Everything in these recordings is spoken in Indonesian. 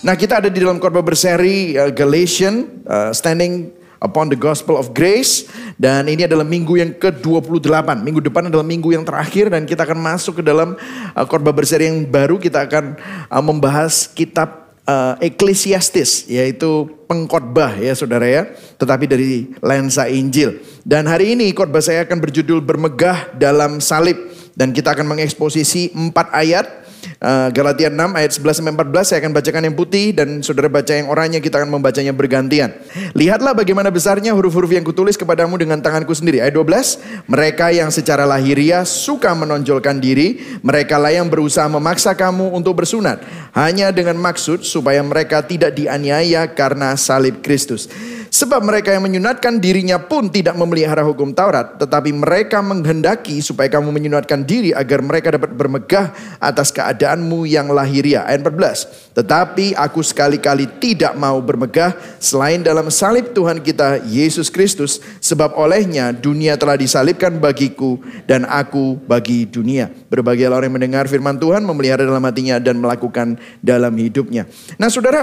Nah, kita ada di dalam khotbah berseri Galatians, Standing Upon the Gospel of Grace. Dan ini adalah minggu yang ke-28. Minggu depan adalah minggu yang terakhir. Dan kita akan masuk ke dalam khotbah berseri yang baru. Kita akan membahas kitab Ecclesiastes, yaitu pengkhotbah ya saudara ya. Tetapi dari lensa Injil. Dan hari ini khotbah saya akan berjudul Bermegah dalam Salib. Dan kita akan mengeksposisi 4 ayat. Galatia 6 ayat 11-14 saya akan bacakan yang putih dan saudara baca yang oranye, kita akan membacanya bergantian. Lihatlah bagaimana besarnya huruf-huruf yang kutulis kepadamu dengan tanganku sendiri. Ayat 12, mereka yang secara lahiriah suka menonjolkan diri, mereka lah yang berusaha memaksa kamu untuk bersunat, hanya dengan maksud supaya mereka tidak dianiaya karena salib Kristus. Sebab mereka yang menyunatkan dirinya pun tidak memelihara hukum Taurat, tetapi mereka menghendaki supaya kamu menyunatkan diri agar mereka dapat bermegah atas keadaanmu yang lahiriah. Ayat 14. Tetapi aku sekali-kali tidak mau bermegah selain dalam salib Tuhan kita Yesus Kristus, sebab olehnya dunia telah disalibkan bagiku dan aku bagi dunia. Berbahagialah orang yang mendengar firman Tuhan, memelihara dalam hatinya dan melakukan dalam hidupnya. Nah saudara,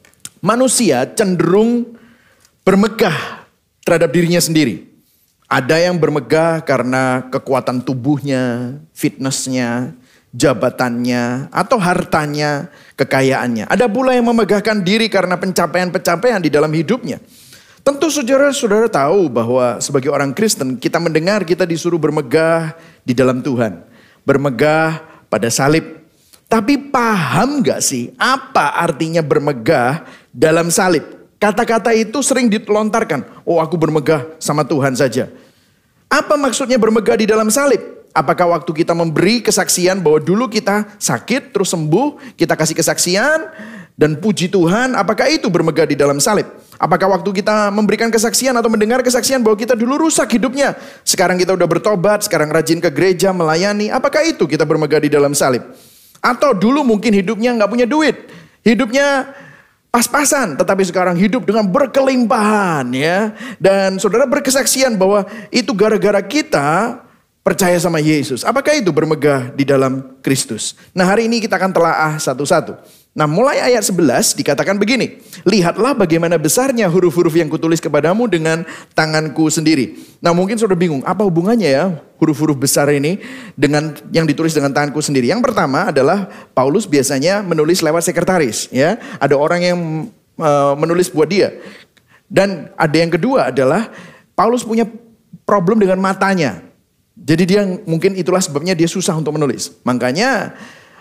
manusia cenderung bermegah terhadap dirinya sendiri. Ada yang bermegah karena kekuatan tubuhnya, fitnessnya, jabatannya, atau hartanya, kekayaannya. Ada pula yang memegahkan diri karena pencapaian-pencapaian di dalam hidupnya. Tentu saudara-saudara tahu bahwa sebagai orang Kristen kita mendengar kita disuruh bermegah di dalam Tuhan. Bermegah pada salib. Tapi paham gak sih apa artinya bermegah dalam salib? Kata-kata itu sering dilontarkan. Oh, aku bermegah sama Tuhan saja. Apa maksudnya bermegah di dalam salib? Apakah waktu kita memberi kesaksian bahwa dulu kita sakit terus sembuh, kita kasih kesaksian dan puji Tuhan, apakah itu bermegah di dalam salib? Apakah waktu kita memberikan kesaksian atau mendengar kesaksian bahwa kita dulu rusak hidupnya, sekarang kita udah bertobat, sekarang rajin ke gereja, melayani, apakah itu kita bermegah di dalam salib? Atau dulu mungkin hidupnya nggak punya duit, hidupnya pas-pasan, tetapi sekarang hidup dengan berkelimpahan ya. Dan saudara berkesaksian bahwa itu gara-gara kita percaya sama Yesus. Apakah itu bermegah di dalam Kristus? Nah hari ini kita akan telaah satu-satu. Nah mulai ayat 11 dikatakan begini. Lihatlah bagaimana besarnya huruf-huruf yang kutulis kepadamu dengan tanganku sendiri. Nah mungkin saudara bingung, apa hubungannya ya huruf-huruf besar ini dengan yang ditulis dengan tanganku sendiri. Yang pertama adalah Paulus biasanya menulis lewat sekretaris ya. Ada orang yang menulis buat dia. Dan ada yang kedua adalah Paulus punya problem dengan matanya. Jadi dia mungkin itulah sebabnya dia susah untuk menulis. Makanya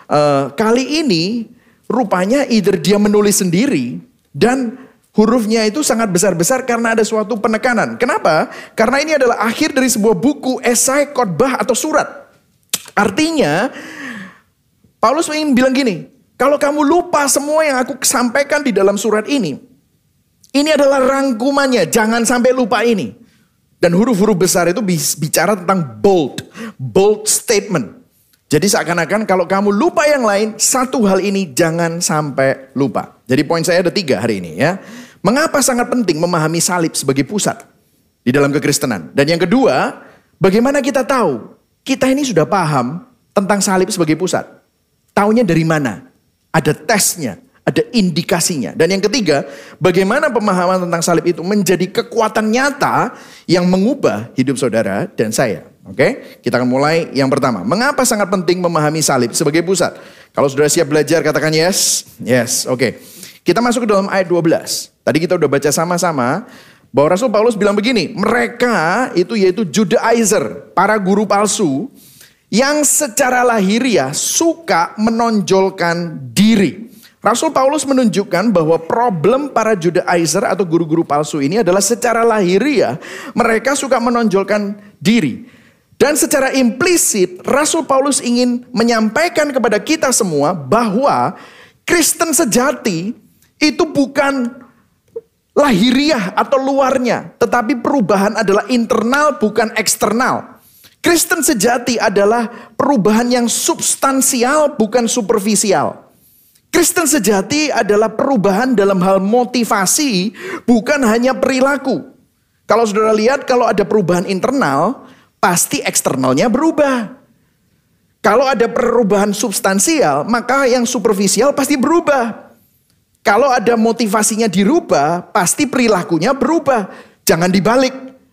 kali ini rupanya either dia menulis sendiri dan hurufnya itu sangat besar-besar karena ada suatu penekanan. Kenapa? Karena ini adalah akhir dari sebuah buku, esai, khotbah atau surat. Artinya Paulus ingin bilang gini, kalau kamu lupa semua yang aku sampaikan di dalam surat ini adalah rangkumannya, jangan sampai lupa ini. Dan huruf-huruf besar itu bicara tentang bold statement. Jadi seakan-akan kalau kamu lupa yang lain, satu hal ini jangan sampai lupa. Jadi poin saya ada 3 hari ini ya. Mengapa sangat penting memahami salib sebagai pusat di dalam kekristenan? Dan yang kedua, bagaimana kita tahu kita ini sudah paham tentang salib sebagai pusat? Taunya dari mana? Ada tesnya, ada indikasinya. Dan yang ketiga, bagaimana pemahaman tentang salib itu menjadi kekuatan nyata yang mengubah hidup saudara dan saya. Oke, kita akan mulai yang pertama. Mengapa sangat penting memahami salib sebagai pusat? Kalau sudah siap belajar katakan yes. Yes, oke. Kita masuk ke dalam ayat 12. Tadi kita udah baca sama-sama bahwa Rasul Paulus bilang begini. Mereka itu yaitu Judaizer, para guru palsu yang secara lahiriah suka menonjolkan diri. Rasul Paulus menunjukkan bahwa problem para Judaizer atau guru-guru palsu ini adalah secara lahiriah mereka suka menonjolkan diri. Dan secara implisit Rasul Paulus ingin menyampaikan kepada kita semua bahwa Kristen sejati itu bukan lahiriah atau luarnya, tetapi perubahan adalah internal bukan eksternal. Kristen sejati adalah perubahan yang substansial bukan superficial. Kristen sejati adalah perubahan dalam hal motivasi bukan hanya perilaku. Kalau saudara lihat kalau ada perubahan internal, pasti eksternalnya berubah. Kalau ada perubahan substansial, maka yang superficial pasti berubah. Kalau ada motivasinya dirubah, pasti perilakunya berubah. Jangan dibalik.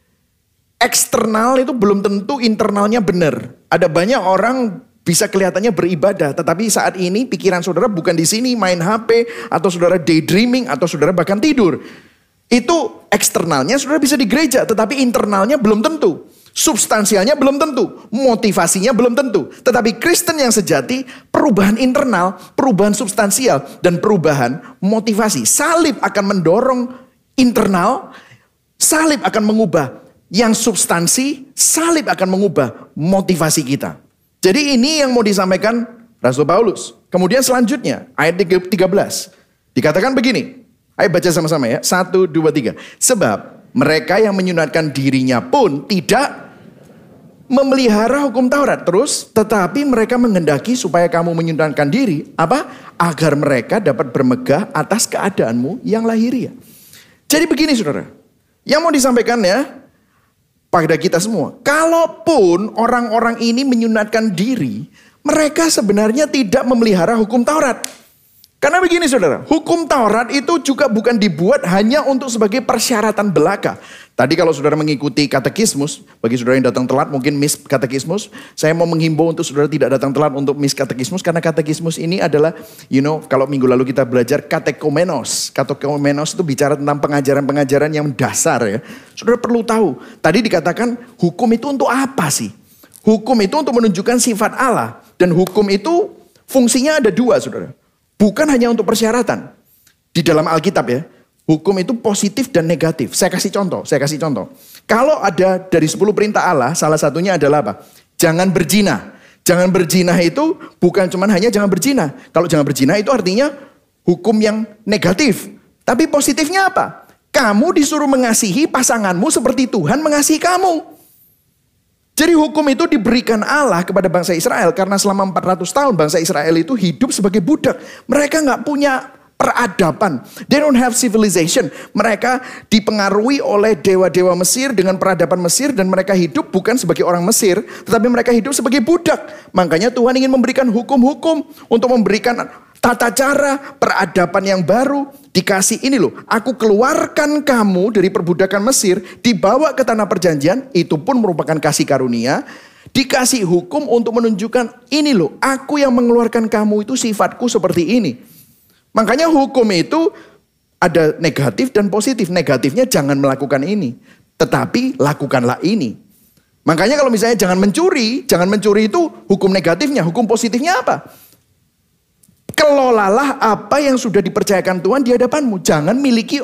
Eksternal itu belum tentu internalnya benar. Ada banyak orang bisa kelihatannya beribadah, tetapi saat ini pikiran saudara bukan di sini, main HP, atau saudara daydreaming, atau saudara bahkan tidur. Itu eksternalnya saudara bisa di gereja, tetapi internalnya belum tentu. Substansialnya belum tentu, motivasinya belum tentu. Tetapi Kristen yang sejati, perubahan internal, perubahan substansial, dan perubahan motivasi. Salib akan mendorong internal, salib akan mengubah yang substansi, salib akan mengubah motivasi kita. Jadi ini yang mau disampaikan Rasul Paulus. Kemudian selanjutnya, ayat 13. Dikatakan begini, ayo baca sama-sama ya, 1, 2, 3. Sebab mereka yang menyunatkan dirinya pun tidak memelihara hukum Taurat. Terus, tetapi mereka menghendaki supaya kamu menyunatkan diri. Apa? Agar mereka dapat bermegah atas keadaanmu yang lahiriah. Jadi begini saudara. Yang mau disampaikan ya, pada kita semua. Kalaupun orang-orang ini menyunatkan diri, mereka sebenarnya tidak memelihara hukum Taurat. Karena begini saudara, hukum Taurat itu juga bukan dibuat hanya untuk sebagai persyaratan belaka. Tadi kalau saudara mengikuti katekismus, bagi saudara yang datang telat mungkin miss katekismus, saya mau menghimbau untuk saudara tidak datang telat untuk miss katekismus. Karena katekismus ini adalah, kalau minggu lalu kita belajar katekomenos. Katekomenos itu bicara tentang pengajaran-pengajaran yang dasar ya. Saudara perlu tahu, tadi dikatakan hukum itu untuk apa sih? Hukum itu untuk menunjukkan sifat Allah. Dan hukum itu fungsinya ada dua saudara. Bukan hanya untuk persyaratan. Di dalam Alkitab ya. Hukum itu positif dan negatif. Saya kasih contoh. Kalau ada dari 10 perintah Allah, salah satunya adalah apa? Jangan berzina. Jangan berzina itu bukan cuma hanya jangan berzina. Kalau jangan berzina itu artinya hukum yang negatif. Tapi positifnya apa? Kamu disuruh mengasihi pasanganmu seperti Tuhan mengasihi kamu. Jadi hukum itu diberikan Allah kepada bangsa Israel karena selama 400 tahun bangsa Israel itu hidup sebagai budak. Mereka nggak punya peradaban. They don't have civilization. Mereka dipengaruhi oleh dewa-dewa Mesir dengan peradaban Mesir dan mereka hidup bukan sebagai orang Mesir, tetapi mereka hidup sebagai budak. Makanya Tuhan ingin memberikan hukum-hukum untuk memberikan tata cara peradaban yang baru. Dikasih ini loh, aku keluarkan kamu dari perbudakan Mesir, dibawa ke tanah perjanjian, itu pun merupakan kasih karunia. Dikasih hukum untuk menunjukkan ini loh, aku yang mengeluarkan kamu itu sifatku seperti ini. Makanya hukum itu ada negatif dan positif. Negatifnya jangan melakukan ini, tetapi lakukanlah ini. Makanya kalau misalnya jangan mencuri itu hukum negatifnya. Hukum positifnya apa? Kelolalah apa yang sudah dipercayakan Tuhan di hadapanmu. Jangan miliki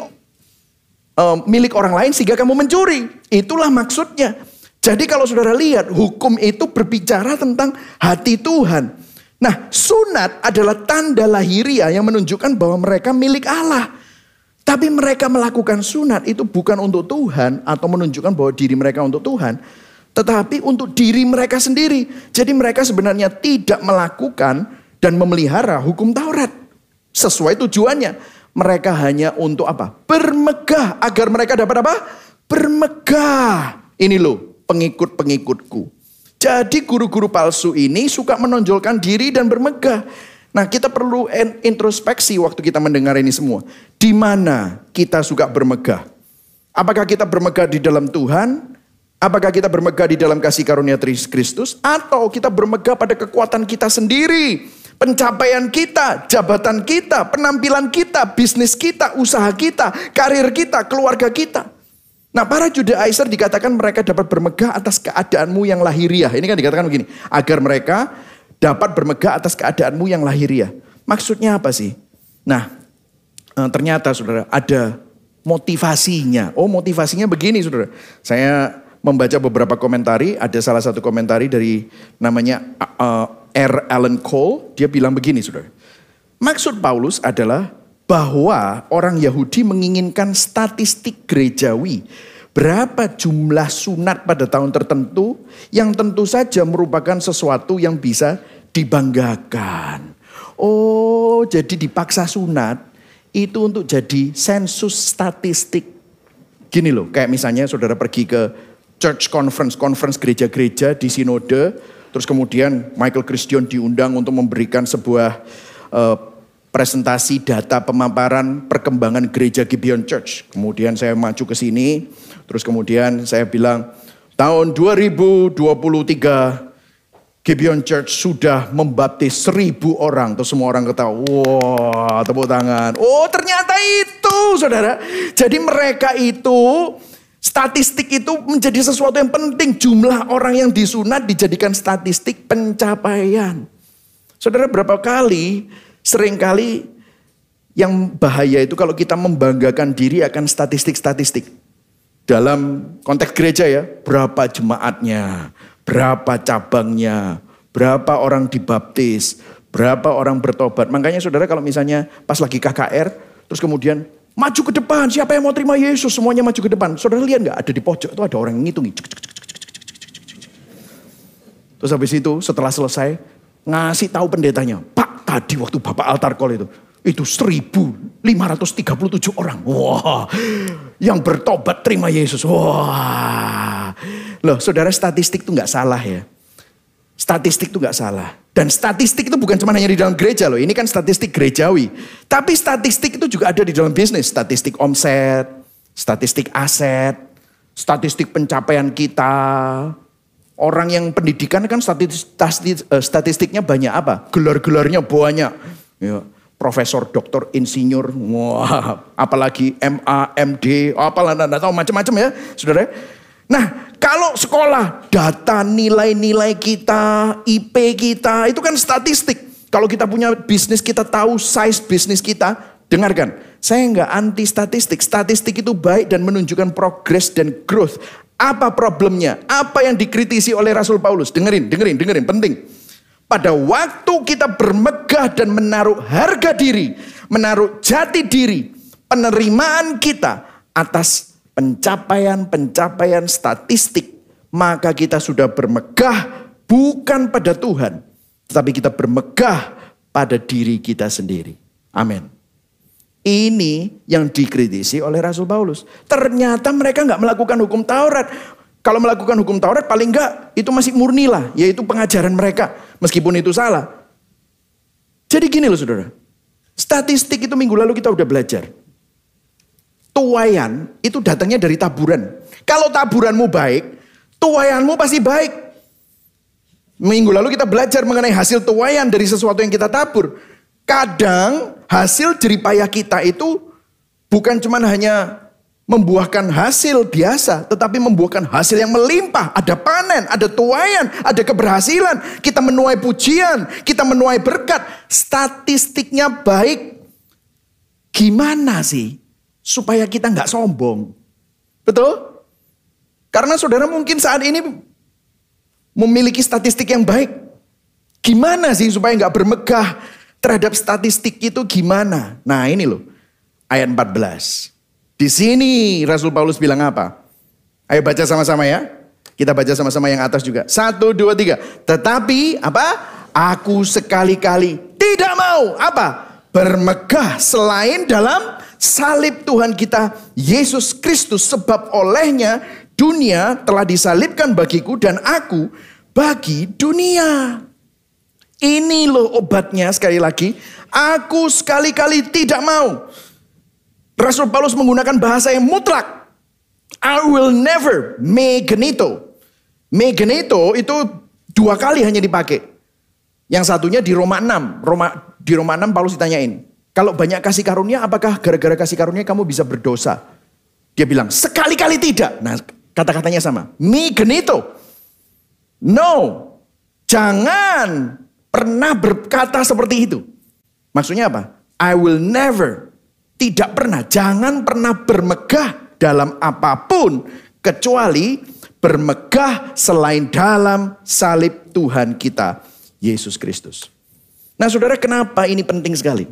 milik orang lain sehingga kamu mencuri. Itulah maksudnya. Jadi kalau saudara lihat, hukum itu berbicara tentang hati Tuhan. Nah, sunat adalah tanda lahiriah yang menunjukkan bahwa mereka milik Allah. Tapi mereka melakukan sunat itu bukan untuk Tuhan atau menunjukkan bahwa diri mereka untuk Tuhan, tetapi untuk diri mereka sendiri. Jadi mereka sebenarnya tidak melakukan dan memelihara hukum Taurat. Sesuai tujuannya. Mereka hanya untuk apa? Bermegah. Agar mereka dapat apa? Bermegah. Ini loh pengikut-pengikutku. Jadi guru-guru palsu ini suka menonjolkan diri dan bermegah. Nah kita perlu introspeksi waktu kita mendengar ini semua. Di mana kita suka bermegah? Apakah kita bermegah di dalam Tuhan? Apakah kita bermegah di dalam kasih karunia Kristus? Atau kita bermegah pada kekuatan kita sendiri? Pencapaian kita, jabatan kita, penampilan kita, bisnis kita, usaha kita, karir kita, keluarga kita. Nah para Judaizer dikatakan mereka dapat bermegah atas keadaanmu yang lahiriah. Ini kan dikatakan begini, agar mereka dapat bermegah atas keadaanmu yang lahiriah. Maksudnya apa sih? Nah ternyata saudara ada motivasinya. Oh motivasinya begini saudara. Saya membaca beberapa komentari, ada salah satu komentari dari namanya R. Alan Cole, dia bilang begini saudara. Maksud Paulus adalah bahwa orang Yahudi menginginkan statistik gerejawi. Berapa jumlah sunat pada tahun tertentu yang tentu saja merupakan sesuatu yang bisa dibanggakan. Oh jadi dipaksa sunat itu untuk jadi sensus statistik. Gini loh, kayak misalnya saudara pergi ke church conference gereja-gereja di sinode. Terus kemudian Michael Christian diundang untuk memberikan sebuah presentasi data pemaparan perkembangan gereja Gibeon Church. Kemudian saya maju ke sini, terus kemudian saya bilang, tahun 2023 Gibeon Church sudah membaptis 1.000 orang. Terus semua orang ketawa, wah tepuk tangan. Oh ternyata itu saudara. Jadi mereka itu, statistik itu menjadi sesuatu yang penting. Jumlah orang yang disunat dijadikan statistik pencapaian. Saudara, berapa kali, seringkali yang bahaya itu kalau kita membanggakan diri akan statistik-statistik. Dalam konteks gereja ya, berapa jemaatnya, berapa cabangnya, berapa orang dibaptis, berapa orang bertobat. Makanya saudara kalau misalnya pas lagi KKR, terus kemudian maju ke depan, siapa yang mau terima Yesus, semuanya maju ke depan. Saudara lihat gak, ada di pojok itu ada orang yang ngitungi. Terus habis itu setelah selesai, ngasih tahu pendetanya, Pak tadi waktu Bapak altar call itu 1.537 orang. Wah, yang bertobat terima Yesus. Wah, loh saudara, statistik itu gak salah ya. Statistik itu gak salah. Dan statistik itu bukan cuma hanya di dalam gereja loh. Ini kan statistik gerejawi. Tapi statistik itu juga ada di dalam bisnis. Statistik omset, statistik aset, statistik pencapaian kita. Orang yang pendidikan kan statistiknya banyak apa? Gelar-gelarnya banyak. Ya, profesor, doktor, insinyur, wah, apalagi MA, MD, apalah, enggak tahu macam-macam ya, saudara. Nah, kalau sekolah, data nilai-nilai kita, IP kita, itu kan statistik. Kalau kita punya bisnis, kita tahu size bisnis kita. Dengarkan, saya nggak anti statistik. Statistik itu baik dan menunjukkan progress dan growth. Apa problemnya? Apa yang dikritisi oleh Rasul Paulus? Dengerin, penting. Pada waktu kita bermegah dan menaruh harga diri, menaruh jati diri, penerimaan kita atas pencapaian statistik, maka kita sudah bermegah bukan pada Tuhan, tetapi kita bermegah pada diri kita sendiri. Amin. Ini yang dikritisi oleh Rasul Paulus. Ternyata mereka nggak melakukan hukum Taurat. Kalau melakukan hukum Taurat paling nggak itu masih murni lah, yaitu pengajaran mereka. Meskipun itu salah. Jadi gini loh saudara. Statistik itu minggu lalu kita udah belajar. Tuaian itu datangnya dari taburan. Kalau taburanmu baik, tuaianmu pasti baik. Minggu lalu kita belajar mengenai hasil tuaian dari sesuatu yang kita tabur. Kadang hasil jeripayah kita itu bukan cuma hanya membuahkan hasil biasa, tetapi membuahkan hasil yang melimpah. Ada panen, ada tuaian, ada keberhasilan. Kita menuai pujian, kita menuai berkat. Statistiknya baik. Gimana sih supaya kita nggak sombong? Betul? Karena saudara mungkin saat ini memiliki statistik yang baik. Gimana sih supaya nggak bermegah terhadap statistik itu gimana? Nah ini loh, ayat 14. Di sini Rasul Paulus bilang apa? Ayo baca sama-sama ya. Kita baca sama-sama yang atas juga. 1, 2, 3. Tetapi apa? Aku sekali-kali tidak mau apa? Bermegah selain dalam salib Tuhan kita Yesus Kristus. Sebab olehnya dunia telah disalibkan bagiku dan aku bagi dunia. Ini loh obatnya sekali lagi. Aku sekali-kali tidak mau. Rasul Paulus menggunakan bahasa yang mutlak. I will never, me genito. Me genito itu 2 kali hanya dipakai. Yang satunya di Roma 6. Di Roma 6 Paulus ditanyain. Kalau banyak kasih karunia, apakah gara-gara kasih karunia kamu bisa berdosa? Dia bilang, sekali-kali tidak. Nah kata-katanya sama. Me genito. No. Jangan pernah berkata seperti itu. Maksudnya apa? I will never, tidak pernah, jangan pernah bermegah dalam apapun kecuali bermegah selain dalam salib Tuhan kita Yesus Kristus. Nah saudara, kenapa ini penting sekali?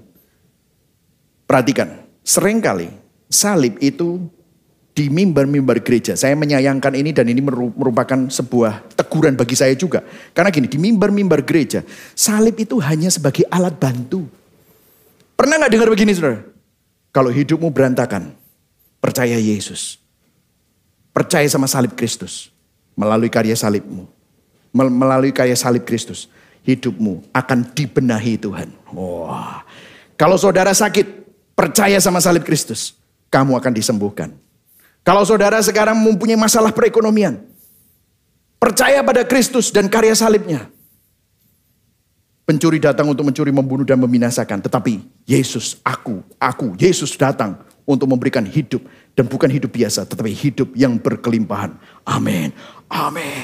Perhatikan, seringkali salib itu di mimbar-mimbar gereja. Saya menyayangkan ini dan ini merupakan sebuah teguran bagi saya juga. Karena gini, di mimbar-mimbar gereja, salib itu hanya sebagai alat bantu. Pernah gak dengar begini saudara? Kalau hidupmu berantakan, percaya Yesus. Percaya sama salib Kristus. Melalui karya salibmu. Melalui karya salib Kristus. Hidupmu akan dibenahi Tuhan. Wah. Kalau saudara sakit, percaya sama salib Kristus, kamu akan disembuhkan. Kalau saudara sekarang mempunyai masalah perekonomian, percaya pada Kristus dan karya salibnya. Pencuri datang untuk mencuri, membunuh, dan membinasakan. Tetapi Yesus, Yesus datang untuk memberikan hidup. Dan bukan hidup biasa, tetapi hidup yang berkelimpahan. Amin. Amin.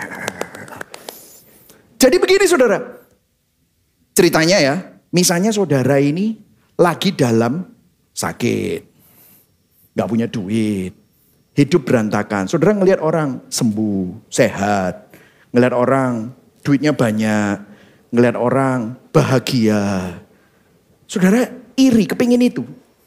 Jadi begini saudara. Ceritanya ya, misalnya saudara ini lagi dalam sakit. Gak punya duit. Hidup berantakan. Saudara ngelihat orang sembuh, sehat. Ngelihat orang duitnya banyak. Ngelihat orang bahagia. Saudara iri, kepingin itu.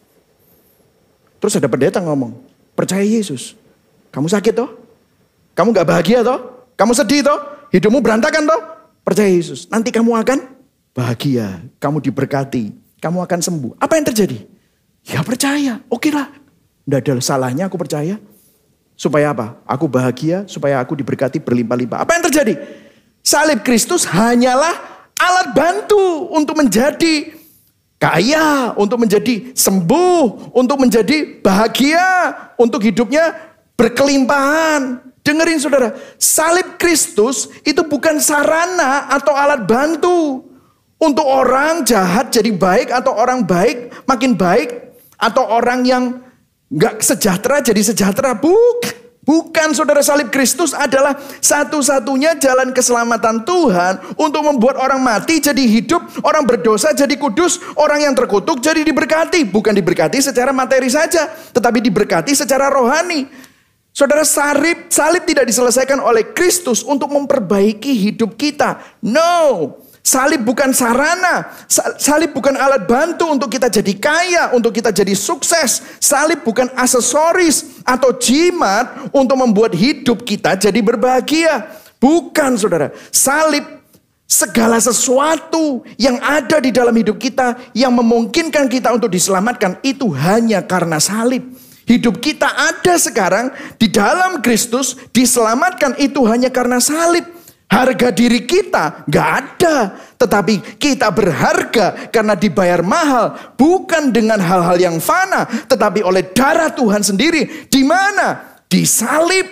Terus ada pendeta ngomong, percaya Yesus. Kamu sakit toh? Kamu gak bahagia toh? Kamu sedih toh? Hidupmu berantakan toh? Percaya Yesus. Nanti kamu akan bahagia. Kamu diberkati. Kamu akan sembuh. Apa yang terjadi? Ya percaya. Oke lah. Tidak ada salahnya aku percaya. Supaya apa? Aku bahagia, supaya aku diberkati berlimpah-limpah. Apa yang terjadi? Salib Kristus hanyalah alat bantu untuk menjadi kaya, untuk menjadi sembuh, untuk menjadi bahagia, untuk hidupnya berkelimpahan. Dengerin saudara, salib Kristus itu bukan sarana atau alat bantu untuk orang jahat jadi baik, atau orang baik makin baik, atau orang yang gak sejahtera jadi sejahtera. Bukan saudara, salib Kristus adalah satu-satunya jalan keselamatan Tuhan untuk membuat orang mati jadi hidup, orang berdosa jadi kudus, orang yang terkutuk jadi diberkati. Bukan diberkati secara materi saja, tetapi diberkati secara rohani. Saudara, salib tidak diselesaikan oleh Kristus untuk memperbaiki hidup kita. No. Salib bukan sarana, salib bukan alat bantu untuk kita jadi kaya, untuk kita jadi sukses. Salib bukan aksesoris atau jimat untuk membuat hidup kita jadi berbahagia. Bukan saudara, salib segala sesuatu yang ada di dalam hidup kita yang memungkinkan kita untuk diselamatkan itu hanya karena salib. Hidup kita ada sekarang di dalam Kristus, diselamatkan itu hanya karena salib. Harga diri kita gak ada, tetapi kita berharga karena dibayar mahal, bukan dengan hal-hal yang fana, tetapi oleh darah Tuhan sendiri. Di mana? Di salib.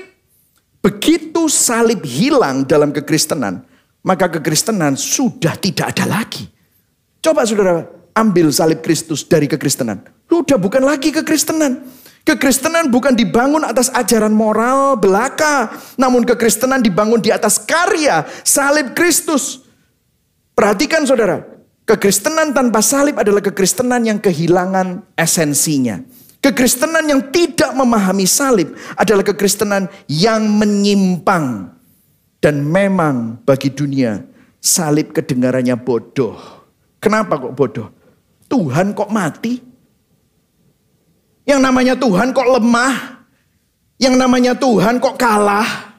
Begitu salib hilang dalam kekristenan, maka kekristenan sudah tidak ada lagi. Coba saudara ambil salib Kristus dari kekristenan, udah bukan lagi kekristenan. Kekristenan bukan dibangun atas ajaran moral belaka, namun kekristenan dibangun di atas karya salib Kristus. Perhatikan saudara, kekristenan tanpa salib adalah kekristenan yang kehilangan esensinya. Kekristenan yang tidak memahami salib adalah kekristenan yang menyimpang. Dan memang bagi dunia salib kedengarannya bodoh. Kenapa kok bodoh? Tuhan kok mati? Yang namanya Tuhan kok lemah? Yang namanya Tuhan kok kalah?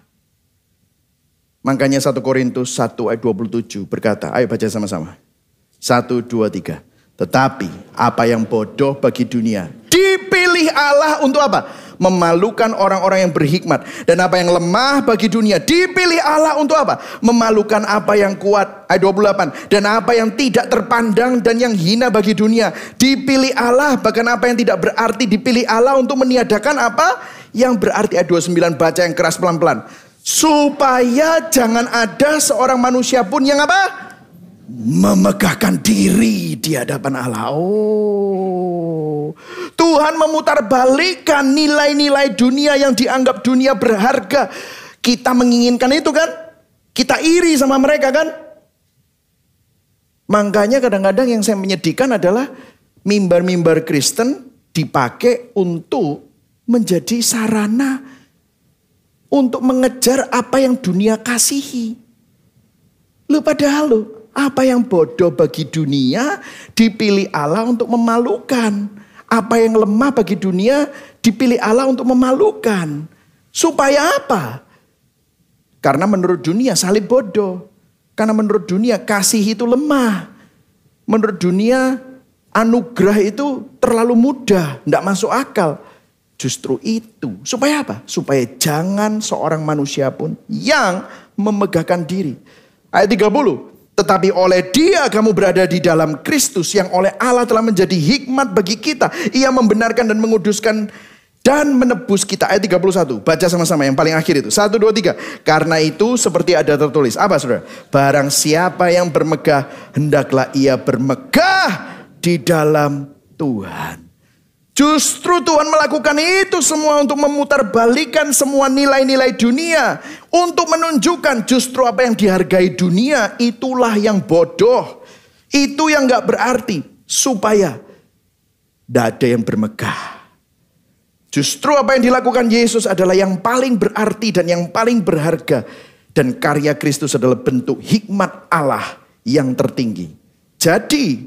Makanya 1 Korintus 1 ayat 27 berkata, ayo baca sama-sama. 1, 2, 3. Tetapi apa yang bodoh bagi dunia dipilih Allah untuk apa? Memalukan orang-orang yang berhikmat. Dan apa yang lemah bagi dunia dipilih Allah untuk apa? Memalukan apa yang kuat. Ayat 28. Dan apa yang tidak terpandang dan yang hina bagi dunia dipilih Allah. Bahkan apa yang tidak berarti dipilih Allah untuk meniadakan apa yang berarti. Ayat 29, baca yang keras pelan-pelan. Supaya jangan ada seorang manusia pun yang apa? Memegahkan diri di hadapan Allah. Oh, Tuhan memutarbalikkan nilai-nilai dunia yang dianggap dunia berharga. Kita menginginkan itu kan? Kita iri sama mereka kan? Makanya kadang-kadang yang saya menyedihkan adalah mimbar-mimbar Kristen dipakai untuk menjadi sarana untuk mengejar apa yang dunia kasihi. Padahal apa yang bodoh bagi dunia dipilih Allah untuk memalukan. Apa yang lemah bagi dunia dipilih Allah untuk memalukan. Supaya apa? Karena menurut dunia salib bodoh. Karena menurut dunia kasih itu lemah. Menurut dunia anugerah itu terlalu mudah, tidak masuk akal. Justru itu. Supaya apa? Supaya jangan seorang manusia pun yang memegahkan diri. Ayat 30. Tetapi oleh Dia kamu berada di dalam Kristus yang oleh Allah telah menjadi hikmat bagi kita. Ia membenarkan dan menguduskan dan menebus kita. Ayat 31. Baca sama-sama yang paling akhir itu. 1, 2, 3. Karena itu seperti ada tertulis. Apa saudara? Barang siapa yang bermegah, hendaklah ia bermegah di dalam Tuhan. Justru Tuhan melakukan itu semua untuk memutarbalikkan semua nilai-nilai dunia. Untuk menunjukkan justru apa yang dihargai dunia, itulah yang bodoh. Itu yang gak berarti. Supaya tidak ada yang bermegah. Justru apa yang dilakukan Yesus adalah yang paling berarti dan yang paling berharga. Dan karya Kristus adalah bentuk hikmat Allah yang tertinggi. Jadi,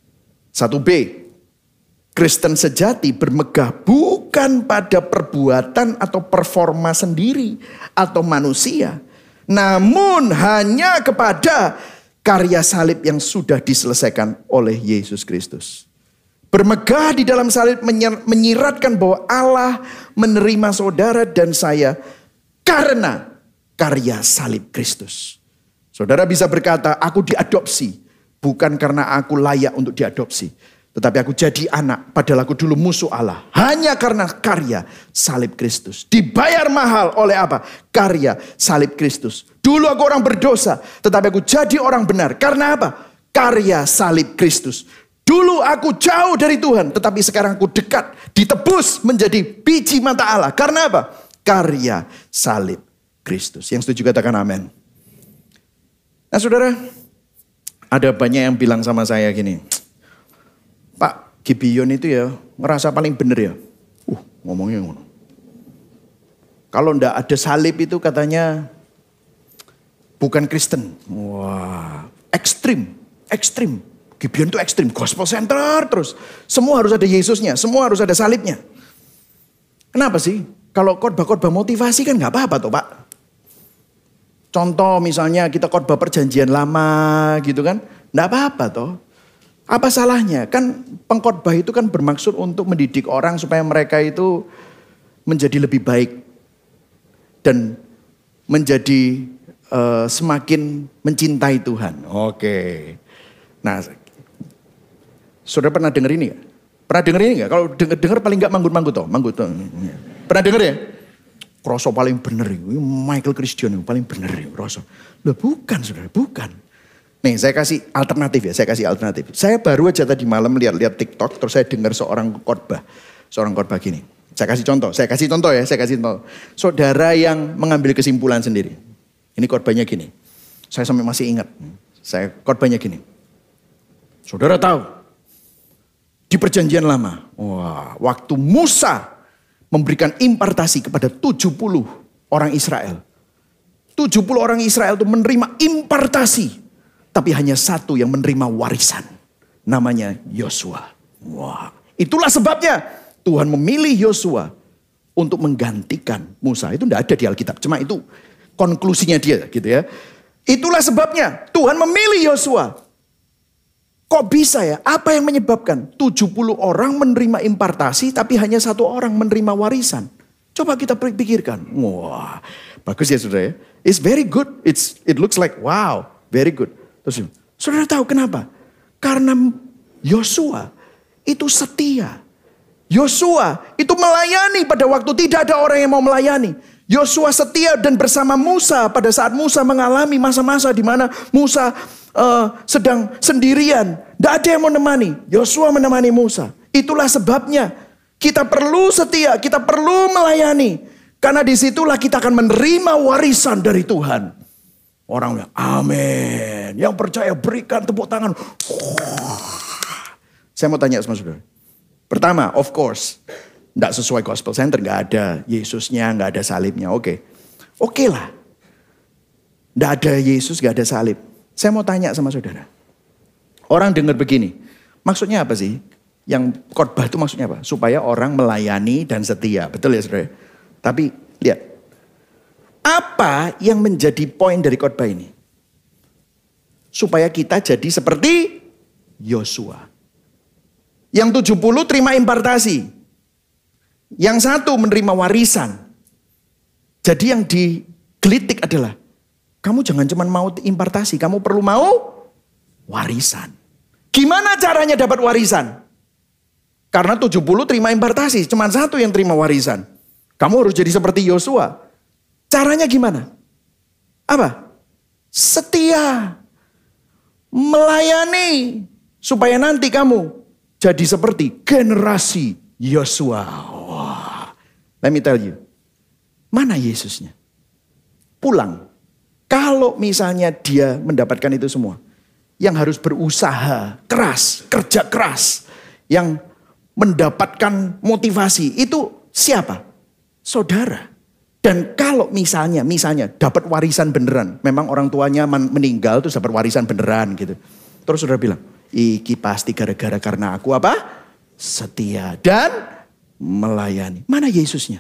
1B. Kristen sejati bermegah bukan pada perbuatan atau performa sendiri atau manusia. Namun hanya kepada karya salib yang sudah diselesaikan oleh Yesus Kristus. Bermegah di dalam salib menyiratkan bahwa Allah menerima saudara dan saya karena karya salib Kristus. Saudara bisa berkata, aku diadopsi bukan karena aku layak untuk diadopsi. Tetapi aku jadi anak, padahal aku dulu musuh Allah. Hanya karena karya salib Kristus. Dibayar mahal oleh apa? Karya salib Kristus. Dulu aku orang berdosa, tetapi aku jadi orang benar. Karena apa? Karya salib Kristus. Dulu aku jauh dari Tuhan, tetapi sekarang aku dekat. Ditebus menjadi biji mata Allah. Karena apa? Karya salib Kristus. Yang setuju katakan amin. Nah saudara, ada banyak yang bilang sama saya gini, Pak, Gibeon itu ya ngerasa paling bener ya. Ngomongnya ngono. Kalau ndak ada salib itu katanya bukan Kristen. Wah, ekstrim. Gibeon itu ekstrim, gospel center terus. Semua harus ada Yesusnya, semua harus ada salibnya. Kenapa sih? Kalau khotbah-khotbah motivasi kan nggak apa-apa toh Pak. Contoh misalnya kita khotbah perjanjian lama gitu kan, nggak apa-apa toh. Apa salahnya? Kan pengkhotbah itu kan bermaksud untuk mendidik orang supaya mereka itu menjadi lebih baik. Dan menjadi semakin mencintai Tuhan. Oke. Nah, saudara pernah dengar ini gak? Pernah dengar ini gak? Kalau dengar paling gak manggut-manggut toh. Pernah dengar ya? Kroso paling bener. Michael Christian paling bener. Kroso. Loh bukan saudara, bukan. Nih saya kasih alternatif ya, Saya baru aja tadi malam lihat TikTok, terus saya dengar seorang khotbah gini. Saya kasih contoh. Saudara yang mengambil kesimpulan sendiri. Ini khotbahnya gini. Saya sampai masih ingat. Khotbahnya gini. Saudara tahu, di perjanjian lama, waktu Musa memberikan impartasi kepada 70 orang Israel. 70 orang Israel itu menerima impartasi. Tapi hanya satu yang menerima warisan. Namanya Yosua. Itulah sebabnya Tuhan memilih Yosua untuk menggantikan Musa. Itu tidak ada di Alkitab. Cuma itu konklusinya dia gitu ya. Itulah sebabnya Tuhan memilih Yosua. Kok bisa ya? Apa yang menyebabkan 70 orang menerima impartasi tapi hanya satu orang menerima warisan? Coba kita pikirkan. Bagus ya saudara ya. It's very good. It looks like wow, very good. Terus, saudara tahu kenapa? Karena Yosua itu setia. Yosua itu melayani pada waktu tidak ada orang yang mau melayani. Yosua setia dan bersama Musa pada saat Musa mengalami masa-masa di mana Musa sedang sendirian. Tidak ada yang mau menemani. Yosua menemani Musa. Itulah sebabnya kita perlu setia, kita perlu melayani. Karena disitulah kita akan menerima warisan dari Tuhan. Orang bilang, amin. Yang percaya berikan tepuk tangan. Saya mau tanya sama saudara. Pertama, of course, tidak sesuai gospel center. Tidak ada Yesusnya, tidak ada salibnya. Oke lah. Tidak ada Yesus, tidak ada salib. Saya mau tanya sama saudara. Orang dengar begini. Maksudnya apa sih? Yang khotbah itu maksudnya apa? Supaya orang melayani dan setia. Betul ya saudara? Tapi lihat. Apa yang menjadi poin dari khotbah ini? Supaya kita jadi seperti Yosua. Yang 70 terima impartasi. Yang satu menerima warisan. Jadi yang digelitik adalah, kamu jangan cuma mau impartasi, kamu perlu mau warisan. Gimana caranya dapat warisan? Karena 70 terima impartasi, cuma satu yang terima warisan. Kamu harus jadi seperti Yosua. Caranya gimana? Apa? Setia. Melayani. Supaya nanti kamu jadi seperti generasi Yosua. Wah. Let me tell you. Mana Yesusnya? Pulang. Kalau misalnya dia mendapatkan itu semua. Yang harus berusaha keras, kerja keras. Yang mendapatkan motivasi. Itu siapa? Saudara. Dan kalau misalnya dapat warisan beneran. Memang orang tuanya meninggal terus dapat warisan beneran gitu. Terus saudara bilang, iki pasti gara-gara karena aku apa? Setia dan melayani. Mana Yesusnya?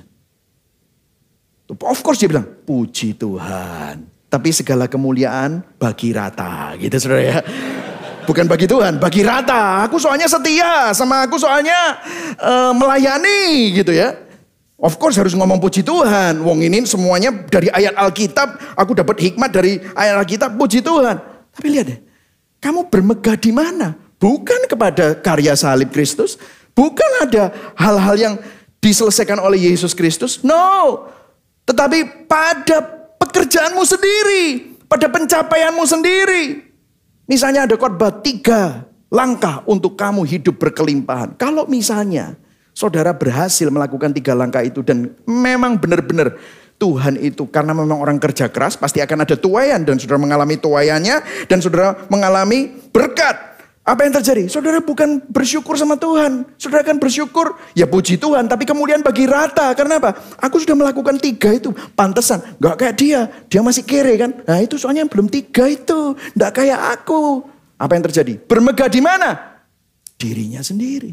Of course dia bilang, puji Tuhan. Tapi segala kemuliaan bagi rata gitu saudara ya. Bukan bagi Tuhan, bagi rata. Aku soalnya setia, sama aku soalnya melayani gitu ya. Of course harus ngomong puji Tuhan. Wong ini semuanya dari ayat Alkitab. Aku dapat hikmat dari ayat Alkitab, puji Tuhan. Tapi lihat deh, kamu bermegah di mana? Bukan kepada karya salib Kristus. Bukan ada hal-hal yang diselesaikan oleh Yesus Kristus. No. Tetapi pada pekerjaanmu sendiri. Pada pencapaianmu sendiri. Misalnya ada khotbah 3 langkah untuk kamu hidup berkelimpahan. Kalau misalnya saudara berhasil melakukan 3 langkah itu dan memang benar-benar Tuhan itu karena memang orang kerja keras pasti akan ada tuaian dan saudara mengalami tuaiannya dan saudara mengalami berkat. Apa yang terjadi? Saudara bukan bersyukur sama Tuhan. Saudara kan bersyukur, ya puji Tuhan. Tapi kemudian bagi rata. Karena apa? Aku sudah melakukan 3 itu. Pantesan. Gak kayak dia. Dia masih kere kan. Nah itu soalnya belum 3 itu. Gak kayak aku. Apa yang terjadi? Bermegah di mana? Dirinya sendiri.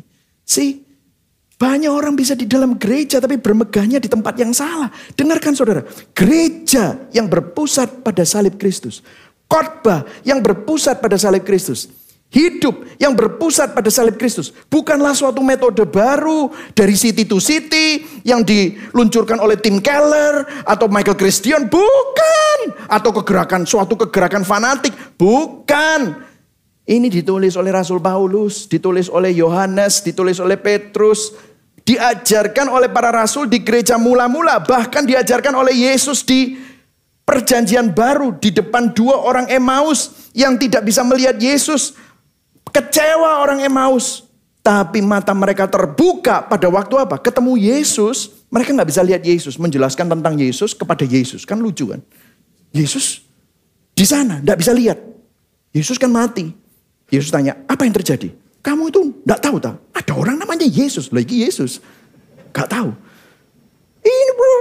Banyak orang bisa di dalam gereja tapi bermegahnya di tempat yang salah. Dengarkan saudara. Gereja yang berpusat pada salib Kristus. Khotbah yang berpusat pada salib Kristus. Hidup yang berpusat pada salib Kristus. Bukanlah suatu metode baru dari city to city yang diluncurkan oleh Tim Keller atau Michael Christian. Bukan. Atau suatu kegerakan fanatik. Bukan. Ini ditulis oleh Rasul Paulus, ditulis oleh Yohanes, ditulis oleh Petrus. Diajarkan oleh para rasul di gereja mula-mula. Bahkan diajarkan oleh Yesus di perjanjian baru. Di depan 2 orang Emmaus yang tidak bisa melihat Yesus. Kecewa orang Emmaus. Tapi mata mereka terbuka pada waktu apa? Ketemu Yesus. Mereka gak bisa lihat Yesus. Menjelaskan tentang Yesus kepada Yesus. Kan lucu kan? Yesus di sana gak bisa lihat. Yesus kan mati. Yesus tanya, apa yang terjadi? Kamu itu gak tahu tak? Ada orang namanya Yesus. Lagi Yesus. Gak tahu. Ini bro.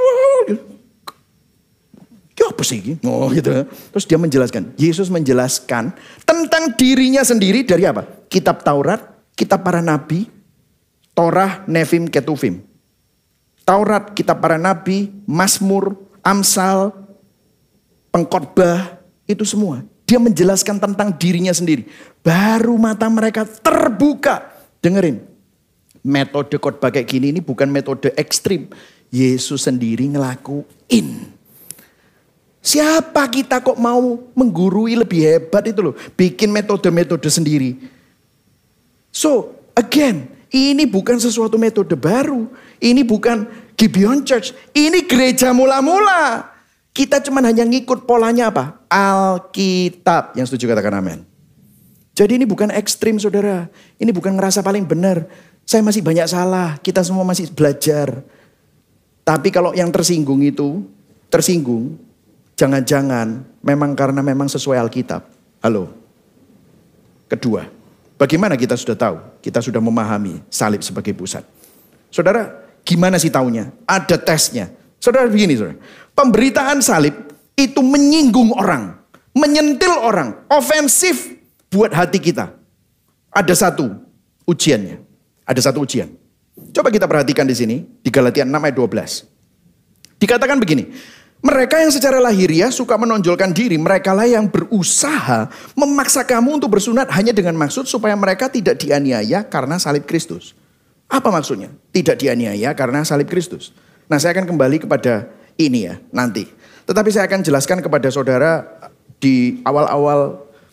Apa sih ini? Oh gitu. Terus dia menjelaskan. Yesus menjelaskan tentang dirinya sendiri dari apa? Kitab Taurat, kitab para nabi, Torah, Nevim, Ketuvim. Taurat, kitab para nabi, Mazmur, Amsal, pengkhotbah, itu semua. Dia menjelaskan tentang dirinya sendiri. Baru mata mereka terbuka. Dengerin. Metode khotbah kayak gini ini bukan metode ekstrim. Yesus sendiri ngelakuin. Siapa kita kok mau menggurui lebih hebat itu loh. Bikin metode-metode sendiri. So again, ini bukan sesuatu metode baru. Ini bukan Gibeon Church. Ini gereja mula-mula. Kita cuma hanya ngikut polanya apa? Alkitab. Yang setuju katakan amin. Jadi ini bukan ekstrim saudara. Ini bukan ngerasa paling benar. Saya masih banyak salah. Kita semua masih belajar. Tapi kalau yang tersinggung itu, jangan-jangan memang karena memang sesuai Alkitab. Halo. Kedua, bagaimana kita sudah tahu? Kita sudah memahami salib sebagai pusat. Saudara, gimana sih taunya? Ada tesnya. Saudara begini, saudara. Pemberitaan salib itu menyinggung orang. Menyentil orang. Ofensif buat hati kita. Ada satu ujiannya. Ada satu ujian. Coba kita perhatikan di sini. Di Galatia 6 ayat 12. Dikatakan begini. Mereka yang secara lahiriah suka menonjolkan diri, merekalah yang berusaha memaksa kamu untuk bersunat hanya dengan maksud supaya mereka tidak dianiaya karena salib Kristus. Apa maksudnya? Tidak dianiaya karena salib Kristus. Nah, saya akan kembali kepada ini ya nanti. Tetapi saya akan jelaskan kepada saudara di awal-awal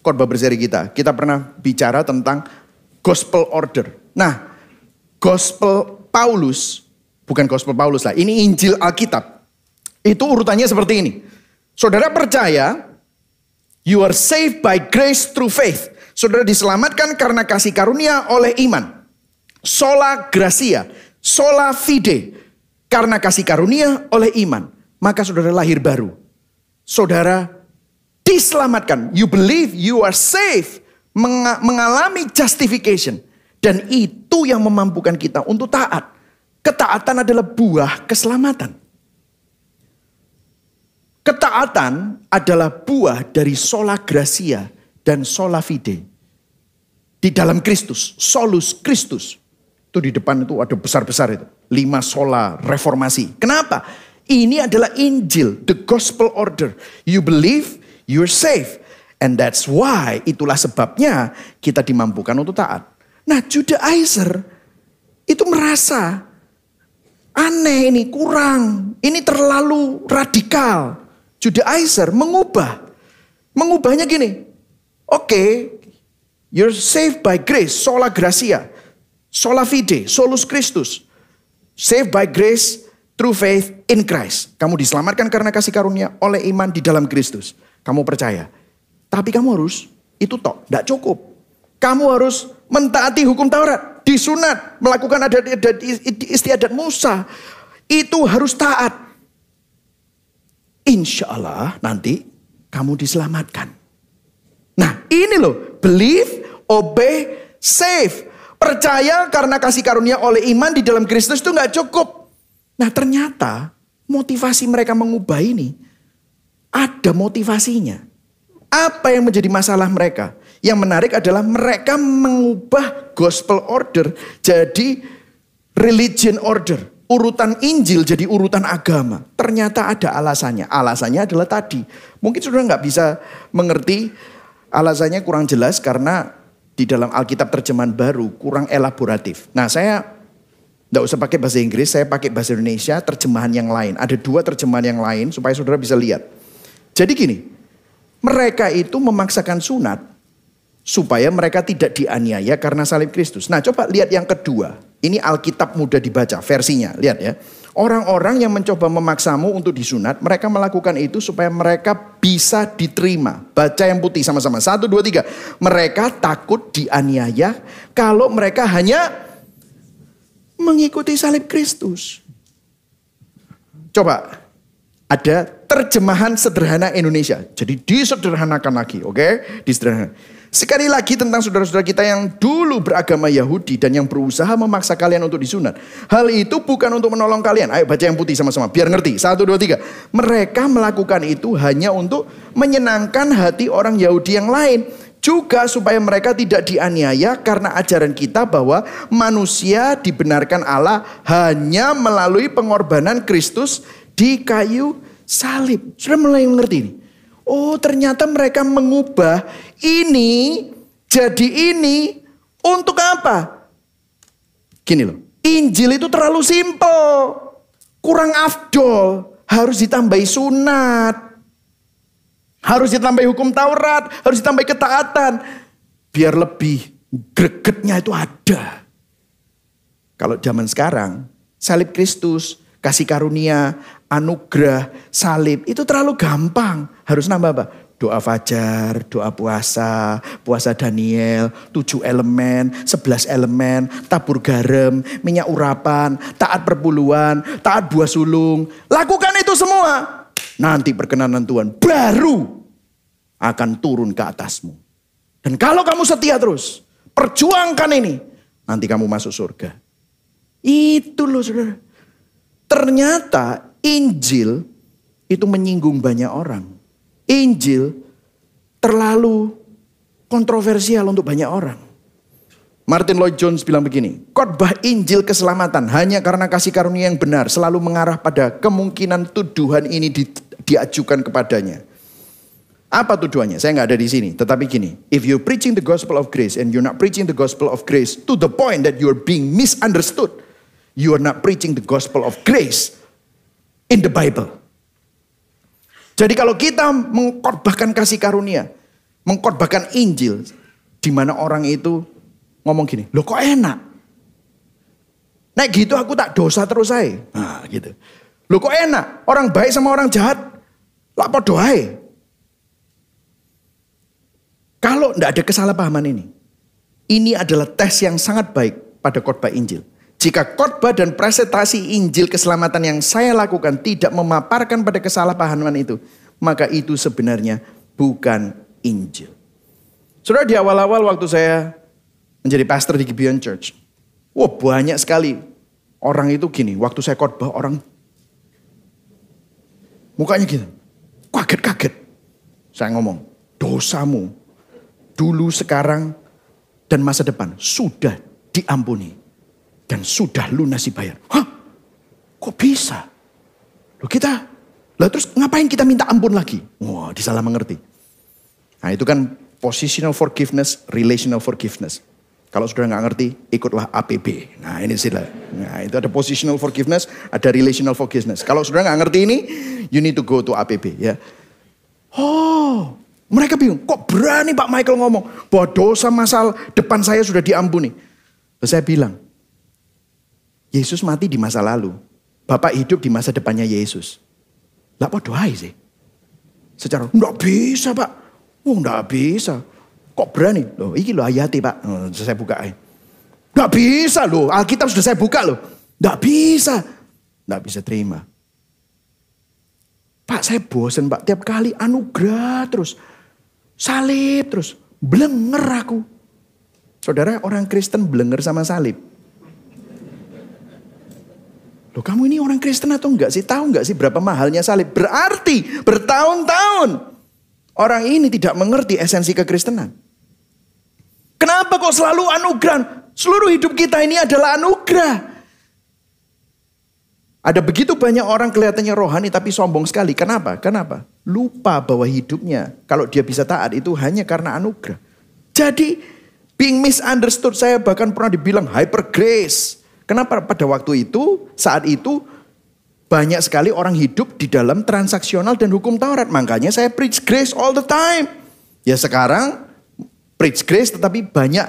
khotbah berseri kita pernah bicara tentang gospel order. Nah, gospel Paulus, bukan gospel Paulus lah, ini Injil Alkitab. Itu urutannya seperti ini. Saudara percaya, you are saved by grace through faith. Saudara diselamatkan karena kasih karunia oleh iman. Sola gratia, sola fide. Karena kasih karunia oleh iman. Maka saudara lahir baru. Saudara diselamatkan. You believe you are saved. Mengalami justification. Dan itu yang memampukan kita untuk taat. Ketaatan adalah buah keselamatan. Ketaatan adalah buah dari sola gratia dan sola fide. Di dalam Kristus, solus Kristus. Itu di depan itu ada besar-besar itu. 5 sola reformasi. Kenapa? Ini adalah Injil, the gospel order. You believe, you're safe. And that's why, itulah sebabnya kita dimampukan untuk taat. Nah, Judaizer itu merasa aneh ini, kurang. Ini terlalu radikal. Judaizer mengubahnya gini. Oke, you're saved by grace, sola gratia, sola fide, solus Christus. Saved by grace through faith in Christ. Kamu diselamatkan karena kasih karunia oleh iman di dalam Kristus. Kamu percaya. Tapi kamu harus, itu tok, tidak cukup. Kamu harus mentaati hukum Taurat, disunat, melakukan adat istiadat Musa. Itu harus taat. Insya Allah nanti kamu diselamatkan. Nah ini loh, believe, obey, save. Percaya karena kasih karunia oleh iman di dalam Kristus itu gak cukup. Nah ternyata motivasi mereka mengubah ini ada motivasinya. Apa yang menjadi masalah mereka? Yang menarik adalah mereka mengubah gospel order jadi religion order. Urutan Injil jadi urutan agama. Ternyata ada alasannya. Alasannya adalah tadi. Mungkin saudara nggak bisa mengerti. Alasannya kurang jelas karena di dalam Alkitab terjemahan baru kurang elaboratif. Nah saya nggak usah pakai bahasa Inggris. Saya pakai bahasa Indonesia terjemahan yang lain. Ada 2 terjemahan yang lain supaya saudara bisa lihat. Jadi gini. Mereka itu memaksakan sunat supaya mereka tidak dianiaya karena salib Kristus. Nah coba lihat yang kedua. Ini Alkitab mudah dibaca versinya. Lihat ya. Orang-orang yang mencoba memaksamu untuk disunat. Mereka melakukan itu supaya mereka bisa diterima. Baca yang putih sama-sama. 1, 2, 3. Mereka takut dianiaya kalau mereka hanya mengikuti salib Kristus. Coba. Ada terjemahan sederhana Indonesia. Jadi disederhanakan lagi. Oke? Disederhanakan. Sekali lagi tentang saudara-saudara kita yang dulu beragama Yahudi dan yang berusaha memaksa kalian untuk disunat. Hal itu bukan untuk menolong kalian. Ayo baca yang putih sama-sama biar ngerti. 1, 2, 3. Mereka melakukan itu hanya untuk menyenangkan hati orang Yahudi yang lain. Juga supaya mereka tidak dianiaya karena ajaran kita bahwa manusia dibenarkan Allah hanya melalui pengorbanan Kristus di kayu salib. Sudah mulai mengerti ini? Oh ternyata mereka mengubah ini jadi ini untuk apa? Gini loh, Injil itu terlalu simpel, kurang afdol, harus ditambahi sunat, harus ditambahi hukum Taurat, harus ditambahi ketaatan, biar lebih gregetnya itu ada. Kalau zaman sekarang, salib Kristus, kasih karunia, anugerah, salib itu terlalu gampang. Harus nambah apa? Doa fajar, doa puasa, puasa Daniel, 7 elemen, 11 elemen, tabur garam, minyak urapan, taat perpuluhan, taat buah sulung. Lakukan itu semua. Nanti perkenanan Tuhan baru akan turun ke atasmu. Dan kalau kamu setia terus, perjuangkan ini, nanti kamu masuk surga. Itu loh saudara. Ternyata Injil itu menyinggung banyak orang. Injil terlalu kontroversial untuk banyak orang. Martin Lloyd Jones bilang begini, khotbah Injil keselamatan hanya karena kasih karunia yang benar selalu mengarah pada kemungkinan tuduhan ini diajukan kepadanya. Apa tuduhannya? Saya nggak ada di sini. Tetapi gini, if you're preaching the gospel of grace and you're not preaching the gospel of grace to the point that you're being misunderstood, you are not preaching the gospel of grace in the Bible. Jadi kalau kita mengkhotbahkan kasih karunia, mengkhotbahkan Injil di mana orang itu ngomong gini, loh kok enak? Nah gitu aku tak dosa terus saya. Nah gitu. Loh kok enak? Orang baik sama orang jahat lah podo ae. Kalau tidak ada kesalahpahaman ini adalah tes yang sangat baik pada khotbah Injil. Jika khotbah dan presentasi Injil keselamatan yang saya lakukan tidak memaparkan pada kesalahpahaman itu, maka itu sebenarnya bukan Injil. Saudara, di awal-awal waktu saya menjadi pastor di Gibeon Church, banyak sekali orang itu gini, waktu saya khotbah orang mukanya gitu, kaget-kaget. Saya ngomong, dosamu dulu, sekarang, dan masa depan sudah diampuni dan sudah lunas dibayar. Hah? Kok bisa? Terus ngapain kita minta ampun lagi? Wah, disalah mengerti. Nah itu kan positional forgiveness, relational forgiveness. Kalau sudah nggak ngerti, ikutlah APB. Nah ini sih lah. Nah itu ada positional forgiveness, ada relational forgiveness. Kalau sudah nggak ngerti ini, you need to go to APB ya. Oh, mereka bingung. Kok berani Pak Michael ngomong bahwa dosa masa depan saya sudah diampuni? Terus saya bilang, Yesus mati di masa lalu. Bapak hidup di masa depannya Yesus. Lah apa doai sih? Secara, enggak bisa Pak. Enggak bisa. Kok berani? Loh, iki loh ayati Pak. Saya buka aja. Enggak bisa loh. Alkitab sudah saya buka loh. Enggak bisa. Enggak bisa terima. Pak saya bosen Pak. Tiap kali anugerah terus. Salib terus. Blenger aku. Saudara, orang Kristen blenger sama salib. Loh kamu ini orang Kristen atau enggak sih? Tahu enggak sih berapa mahalnya salib? Berarti bertahun-tahun orang ini tidak mengerti esensi kekristenan. Kenapa kok selalu anugerah? Seluruh hidup kita ini adalah anugerah. Ada begitu banyak orang kelihatannya rohani tapi sombong sekali. Kenapa? Lupa bahwa hidupnya kalau dia bisa taat itu hanya karena anugerah. Jadi being misunderstood, saya bahkan pernah dibilang hyper grace. Kenapa pada waktu itu, saat itu banyak sekali orang hidup di dalam transaksional dan hukum Taurat. Makanya saya preach grace all the time. Ya sekarang preach grace tetapi banyak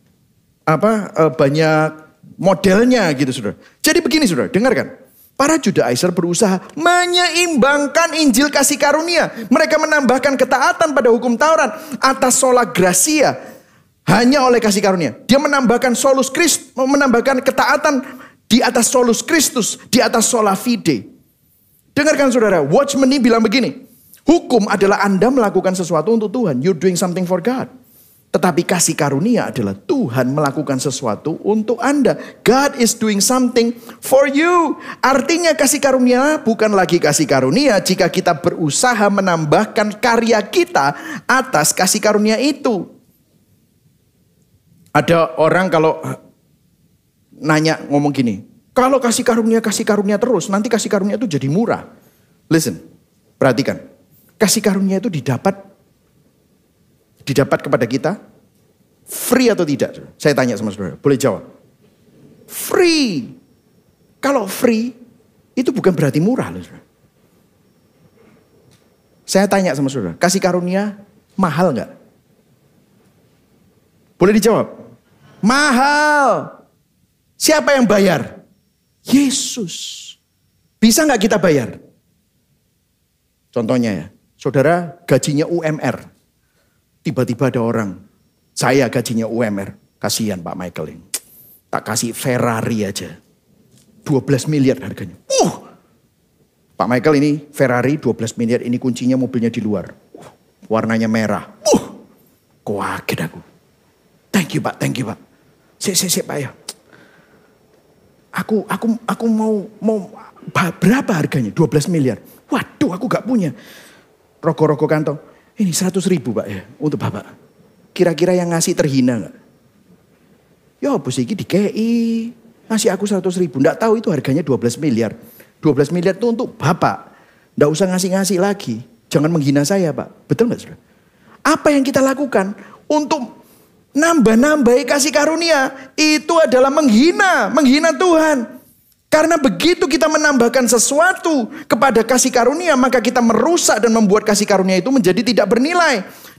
banyak modelnya gitu saudara. Jadi begini saudara, dengarkan. Para Judaizer berusaha menyeimbangkan Injil kasih karunia. Mereka menambahkan ketaatan pada hukum Taurat atas sola gracia. Hanya oleh kasih karunia. Dia menambahkan solus Kristus, menambahkan ketaatan di atas solus Kristus, di atas sola fide. Dengarkan saudara, Watchman ini bilang begini. Hukum adalah Anda melakukan sesuatu untuk Tuhan. You're doing something for God. Tetapi kasih karunia adalah Tuhan melakukan sesuatu untuk Anda. God is doing something for you. Artinya kasih karunia bukan lagi kasih karunia jika kita berusaha menambahkan karya kita atas kasih karunia itu. Ada orang kalau nanya ngomong gini, kalau kasih karunia terus, nanti kasih karunia itu jadi murah. Listen, perhatikan. Kasih karunia itu didapat kepada kita free atau tidak? Saya tanya sama saudara, boleh jawab? Free. Kalau free itu bukan berarti murah loh saudara. Saya tanya sama saudara, kasih karunia mahal nggak? Boleh dijawab? Mahal. Siapa yang bayar? Yesus. Bisa nggak kita bayar? Contohnya ya, saudara gajinya UMR. Tiba-tiba ada orang, saya gajinya UMR. Kasihan Pak Michael ini. Tak kasih Ferrari aja. 12 miliar harganya. Pak Michael ini Ferrari 12 miliar, ini kuncinya mobilnya di luar. Warnanya merah. Kaget aku. Thank you Pak. Sik Pak ya. Aku mau berapa harganya? 12 miliar. Waduh, aku gak punya. Rokok kantong. Ini 100 ribu Pak ya untuk Bapak. Kira-kira yang ngasih terhina gak? Ya bos ini dikei. Ngasih aku 100 ribu. Nggak tahu itu harganya 12 miliar. 12 miliar itu untuk Bapak. Nggak usah ngasih-ngasih lagi. Jangan menghina saya Pak. Betul gak saudara? Apa yang kita lakukan untuk nambah-nambahi kasih karunia itu adalah menghina Tuhan. Karena begitu kita menambahkan sesuatu kepada kasih karunia, maka kita merusak dan membuat kasih karunia itu menjadi tidak bernilai.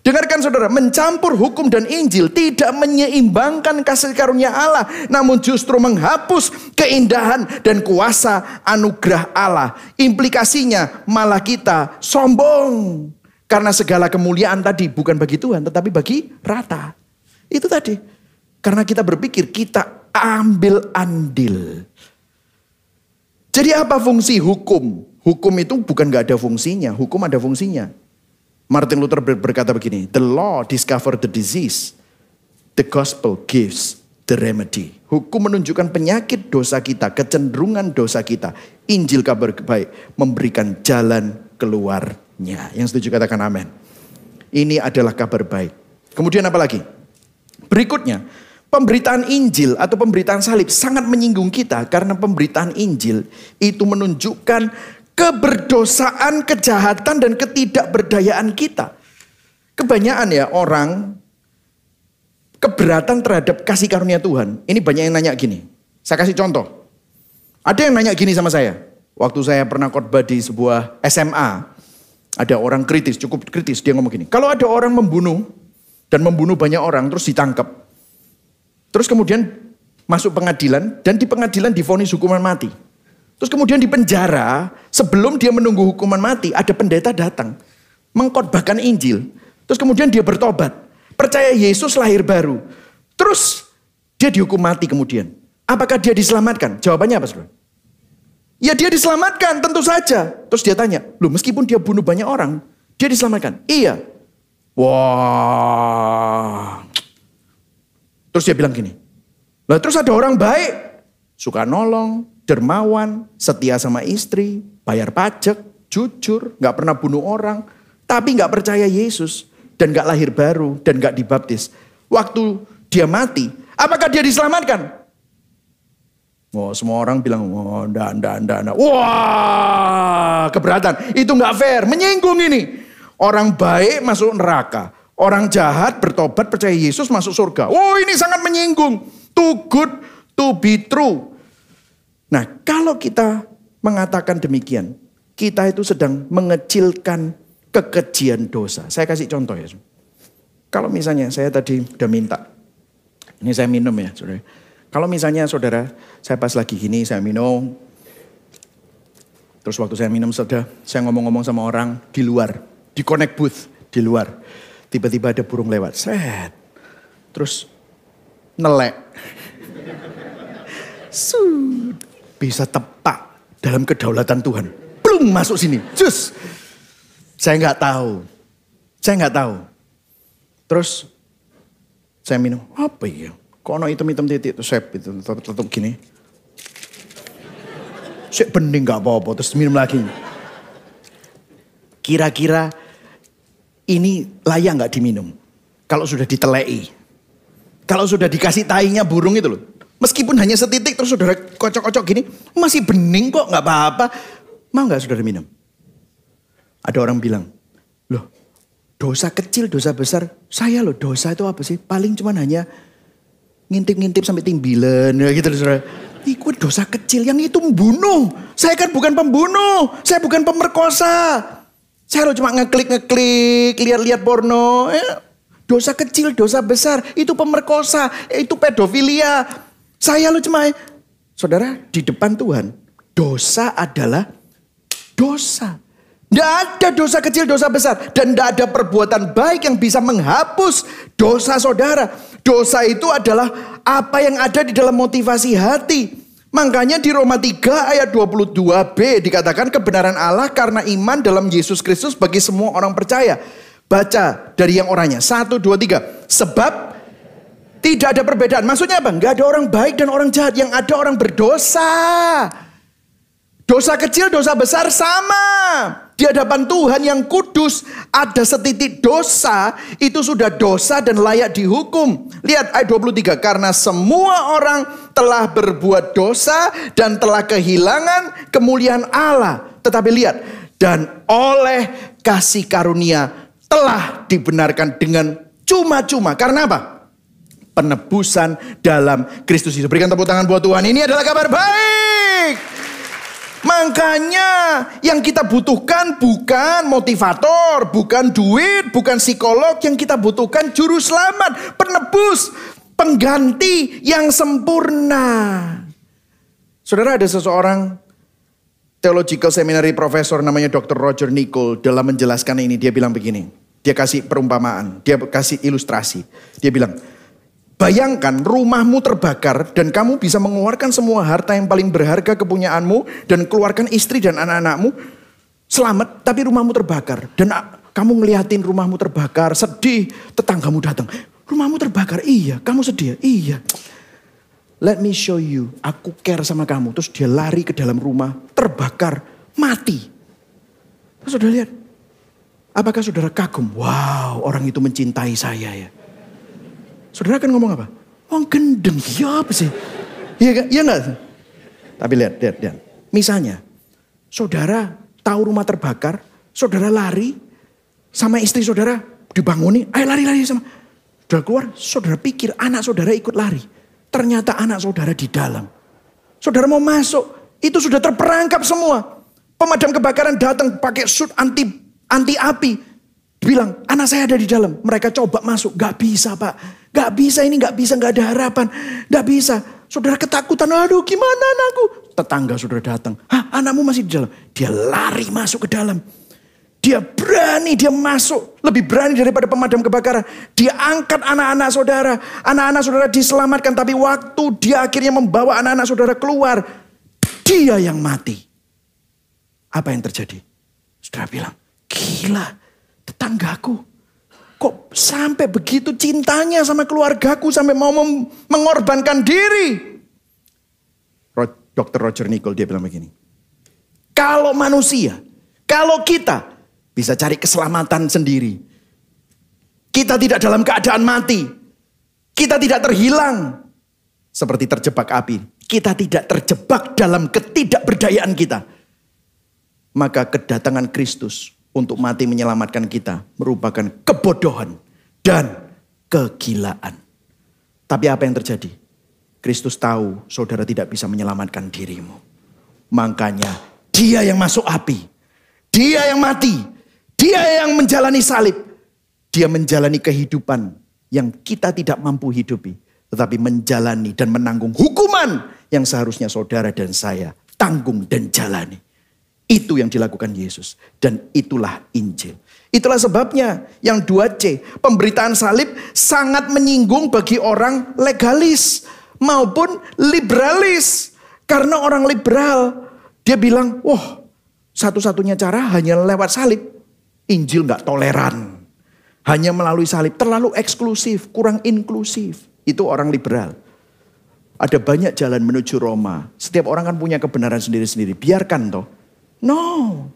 Dengarkan saudara, mencampur hukum dan Injil tidak menyeimbangkan kasih karunia Allah, namun justru menghapus keindahan dan kuasa anugerah Allah. Implikasinya malah kita sombong. Karena segala kemuliaan tadi bukan bagi Tuhan, tetapi bagi rata. Itu tadi. Karena kita berpikir kita ambil andil. Jadi apa fungsi hukum? Hukum itu bukan gak ada fungsinya, hukum ada fungsinya. Martin Luther berkata begini, the law discover the disease, the gospel gives the remedy. Hukum menunjukkan penyakit dosa kita, kecenderungan dosa kita. Injil kabar baik memberikan jalan keluarnya. Yang setuju katakan amin. Ini adalah kabar baik. Kemudian apa lagi? Berikutnya, pemberitaan Injil atau pemberitaan salib sangat menyinggung kita. Karena pemberitaan Injil itu menunjukkan keberdosaan, kejahatan, dan ketidakberdayaan kita. Kebanyakan ya orang keberatan terhadap kasih karunia Tuhan. Ini banyak yang nanya gini. Saya kasih contoh. Ada yang nanya gini sama saya. Waktu saya pernah khotbah di sebuah SMA. Ada orang kritis, cukup kritis. Dia ngomong gini. Kalau ada orang membunuh dan membunuh banyak orang terus ditangkap. Terus kemudian masuk pengadilan dan di pengadilan divonis hukuman mati. Terus kemudian di penjara, sebelum dia menunggu hukuman mati, ada pendeta datang. Mengkhotbahkan Injil. Terus kemudian dia bertobat. Percaya Yesus lahir baru. Terus dia dihukum mati kemudian. Apakah dia diselamatkan? Jawabannya apa saudara? Ya dia diselamatkan, tentu saja. Terus dia tanya, loh meskipun dia bunuh banyak orang, dia diselamatkan? Iya. Wah. Terus dia bilang gini, lah terus ada orang baik, suka nolong, dermawan, setia sama istri, bayar pajak, jujur, gak pernah bunuh orang, tapi gak percaya Yesus, dan gak lahir baru, dan gak dibaptis. Waktu dia mati, apakah dia diselamatkan? Oh, semua orang bilang, oh enggak. Wah, keberatan. Itu gak fair, menyinggung ini. Orang baik masuk neraka, orang jahat bertobat percaya Yesus masuk surga. Oh ini sangat menyinggung. Too good to be true. Nah, kalau kita mengatakan demikian, kita itu sedang mengecilkan kekejian dosa. Saya kasih contoh ya. Kalau misalnya saya tadi udah minta, ini saya minum ya saudara. Kalau misalnya saudara, saya pas lagi gini, saya minum. Terus waktu saya minum saya ngomong-ngomong sama orang di luar, di connect booth, di luar. Tiba-tiba ada burung lewat, set. Terus nelek. Bisa tepat dalam kedaulatan Tuhan. Belum masuk sini. Jus. Saya nggak tahu. Terus saya minum. Apa ya? Kono hitam-hitam titik. Terus saya tutup gini. Saya bening nggak apa-apa. Terus minum lagi. Kira-kira ini layak nggak diminum? Kalau sudah ditelei. Kalau sudah dikasih tainya burung itu loh. Meskipun hanya setitik terus saudara kocok-kocok gini. Masih bening kok gak apa-apa. Mau gak saudara minum? Ada orang bilang. Loh dosa kecil dosa besar. Saya loh dosa itu apa sih? Paling cuman hanya ngintip-ngintip sampai timbilan. Ya gitu loh saudara. Itu dosa kecil. Yang itu membunuh. Saya kan bukan pembunuh. Saya bukan pemerkosa. Saya loh cuma ngeklik. Lihat-lihat porno. Dosa kecil dosa besar. Itu pemerkosa. Itu pedofilia. Saya lo cuma, saudara di depan Tuhan, dosa adalah dosa. Tidak ada dosa kecil, dosa besar. Dan tidak ada perbuatan baik yang bisa menghapus dosa saudara. Dosa itu adalah apa yang ada di dalam motivasi hati. Makanya di Roma 3 ayat 22b dikatakan kebenaran Allah karena iman dalam Yesus Kristus bagi semua orang percaya. Baca dari yang orangnya. 1, 2, 3. Sebab tidak ada perbedaan. Maksudnya apa? Enggak ada orang baik dan orang jahat. Yang ada orang berdosa. Dosa kecil, dosa besar sama. Di hadapan Tuhan yang kudus. Ada setitik dosa. Itu sudah dosa dan layak dihukum. Lihat ayat 23. Karena semua orang telah berbuat dosa. Dan telah kehilangan kemuliaan Allah. Tetapi lihat. Dan oleh kasih karunia telah dibenarkan dengan cuma-cuma. Karena apa? Penebusan dalam Kristus Yesus. Berikan tepuk tangan buat Tuhan. Ini adalah kabar baik. Makanya yang kita butuhkan bukan motivator, bukan duit, bukan psikolog. Yang kita butuhkan juru selamat, penebus, pengganti yang sempurna. Saudara, ada seseorang theological seminary professor namanya Dr. Roger Nicole. Dalam menjelaskan ini dia bilang begini. Dia kasih perumpamaan, dia kasih ilustrasi. Dia bilang, bayangkan rumahmu terbakar dan kamu bisa mengeluarkan semua harta yang paling berharga kepunyaanmu dan keluarkan istri dan anak-anakmu selamat, tapi rumahmu terbakar. Dan kamu ngeliatin rumahmu terbakar, sedih, tetanggamu datang. Rumahmu terbakar, iya. Kamu sedih, iya. Let me show you, aku care sama kamu. Terus dia lari ke dalam rumah, terbakar, mati. Terus saudara lihat, apakah saudara kagum? Wow, orang itu mencintai saya ya. Saudara kan ngomong apa? Oh gendeng, ya apa sih? Iya kan? Iya enggak? Tapi lihat. Misalnya, saudara tahu rumah terbakar, saudara lari, sama istri saudara dibangunin, ayo lari sama. Saudara keluar, saudara pikir anak saudara ikut lari. Ternyata anak saudara di dalam. Saudara mau masuk, itu sudah terperangkap semua. Pemadam kebakaran datang pakai suit anti api. Bilang, anak saya ada di dalam. Mereka coba masuk, gak bisa pak. Gak bisa ini, gak bisa, gak ada harapan. Gak bisa. Saudara ketakutan, aduh gimana anakku. Tetangga saudara datang, hah anakmu masih di dalam. Dia lari masuk ke dalam. Dia berani, dia masuk. Lebih berani daripada pemadam kebakaran. Dia angkat anak-anak saudara. Anak-anak saudara diselamatkan. Tapi waktu dia akhirnya membawa anak-anak saudara keluar. Dia yang mati. Apa yang terjadi? Saudara bilang, gila tetanggaku. Kok sampai begitu cintanya sama keluargaku. Sampai mau mengorbankan diri. Dr. Roger Nicole dia bilang begini. Kalau manusia, kalau kita bisa cari keselamatan sendiri. Kita tidak dalam keadaan mati. Kita tidak terhilang. Seperti terjebak api. Kita tidak terjebak dalam ketidakberdayaan kita. Maka kedatangan Kristus untuk mati menyelamatkan kita merupakan kebodohan dan kegilaan. Tapi apa yang terjadi? Kristus tahu saudara tidak bisa menyelamatkan dirimu. Makanya dia yang masuk api. Dia yang mati. Dia yang menjalani salib. Dia menjalani kehidupan yang kita tidak mampu hidupi. Tetapi menjalani dan menanggung hukuman yang seharusnya saudara dan saya tanggung dan jalani. Itu yang dilakukan Yesus. Dan itulah Injil. Itulah sebabnya yang 2C. Pemberitaan salib sangat menyinggung bagi orang legalis maupun liberalis. Karena orang liberal dia bilang, wah satu-satunya cara hanya lewat salib. Injil gak toleran. Hanya melalui salib. Terlalu eksklusif. Kurang inklusif. Itu orang liberal. Ada banyak jalan menuju Roma. Setiap orang kan punya kebenaran sendiri-sendiri. Biarkan toh. No.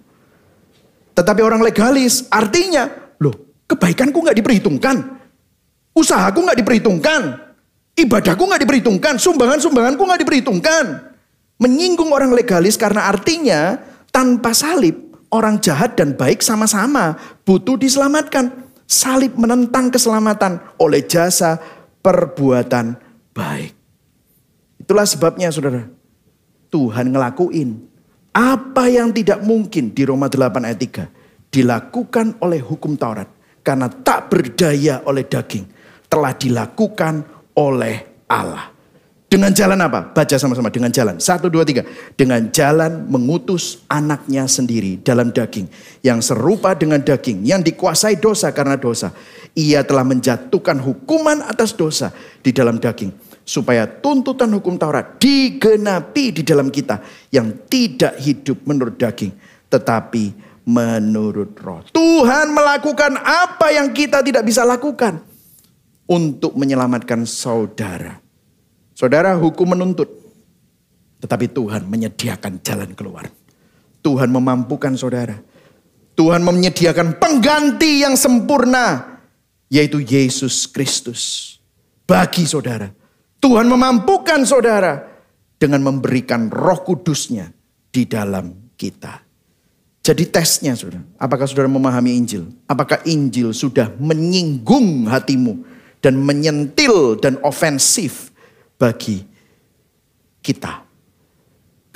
Tetapi orang legalis. Artinya. Loh kebaikanku gak diperhitungkan. Usahaku gak diperhitungkan. Ibadahku gak diperhitungkan. Sumbangan-sumbanganku gak diperhitungkan. Menyinggung orang legalis karena artinya tanpa salib. Orang jahat dan baik sama-sama butuh diselamatkan. Salib menentang keselamatan oleh jasa perbuatan baik. Itulah sebabnya saudara. Tuhan ngelakuin. Apa yang tidak mungkin di Roma 8 ayat 3. Dilakukan oleh hukum Taurat. Karena tak berdaya oleh daging. Telah dilakukan oleh Allah. Dengan jalan apa? Baca sama-sama. Dengan jalan. 1, 2, 3. Dengan jalan mengutus anaknya sendiri dalam daging. Yang serupa dengan daging. Yang dikuasai dosa karena dosa. Ia telah menjatuhkan hukuman atas dosa di dalam daging. Supaya tuntutan hukum Taurat digenapi di dalam kita. Yang tidak hidup menurut daging. Tetapi menurut roh. Tuhan melakukan apa yang kita tidak bisa lakukan. Untuk menyelamatkan saudara. Saudara, hukum menuntut. Tetapi Tuhan menyediakan jalan keluar. Tuhan memampukan saudara. Tuhan menyediakan pengganti yang sempurna. Yaitu Yesus Kristus. Bagi saudara. Tuhan memampukan saudara. Dengan memberikan Roh Kudusnya di dalam kita. Jadi tesnya saudara. Apakah saudara memahami Injil? Apakah Injil sudah menyinggung hatimu. Dan menyentil dan ofensif bagi kita.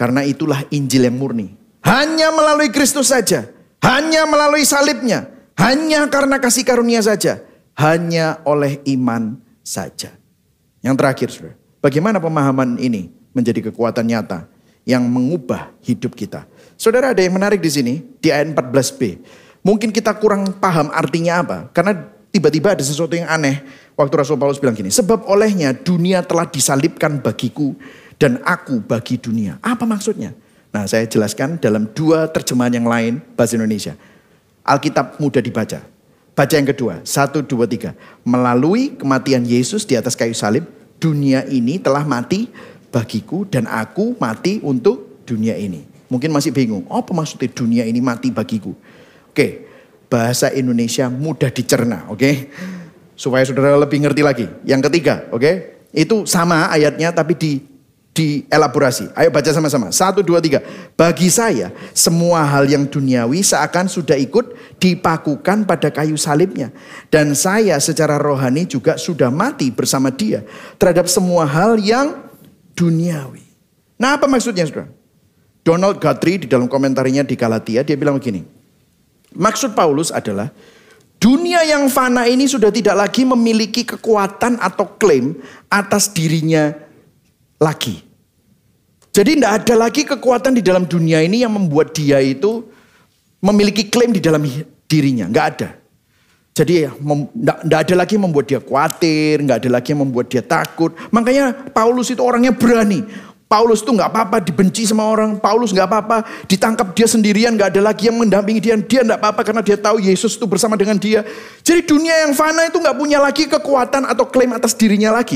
Karena itulah Injil yang murni. Hanya melalui Kristus saja. Hanya melalui salibnya. Hanya karena kasih karunia saja. Hanya oleh iman saja. Yang terakhir, saudara. Bagaimana pemahaman ini menjadi kekuatan nyata yang mengubah hidup kita. Saudara, ada yang menarik di sini. Di ayat 14b. Mungkin kita kurang paham artinya apa. Karena tiba-tiba ada sesuatu yang aneh. Waktu Rasul Paulus bilang gini. Sebab olehnya dunia telah disalibkan bagiku. Dan aku bagi dunia. Apa maksudnya? Nah, saya jelaskan dalam 2 terjemahan yang lain bahasa Indonesia. Alkitab mudah dibaca. Baca yang kedua. 1, 2, 3. Melalui kematian Yesus di atas kayu salib. Dunia ini telah mati bagiku. Dan aku mati untuk dunia ini. Mungkin masih bingung. Apa maksudnya dunia ini mati bagiku? Oke. Bahasa Indonesia mudah dicerna. Oke. Supaya saudara lebih ngerti lagi. Yang ketiga. Oke. Itu sama ayatnya tapi dielaborasi. Ayo baca sama-sama. 1, 2, 3. Bagi saya semua hal yang duniawi seakan sudah ikut dipakukan pada kayu salibnya. Dan saya secara rohani juga sudah mati bersama dia. Terhadap semua hal yang duniawi. Nah, apa maksudnya, saudara? Donald Guthrie di dalam komentarnya di Galatia dia bilang begini. Maksud Paulus adalah dunia yang fana ini sudah tidak lagi memiliki kekuatan atau klaim atas dirinya lagi. Jadi tidak ada lagi kekuatan di dalam dunia ini yang membuat dia itu memiliki klaim di dalam dirinya. Nggak ada. Jadi tidak ada lagi yang membuat dia khawatir, nggak ada lagi yang membuat dia takut. Makanya Paulus itu orangnya berani. Paulus itu nggak apa-apa dibenci sama orang. Paulus nggak apa-apa ditangkap dia sendirian, nggak ada lagi yang mendampingi dia. Dia nggak apa-apa karena dia tahu Yesus itu bersama dengan dia. Jadi dunia yang fana itu nggak punya lagi kekuatan atau klaim atas dirinya lagi.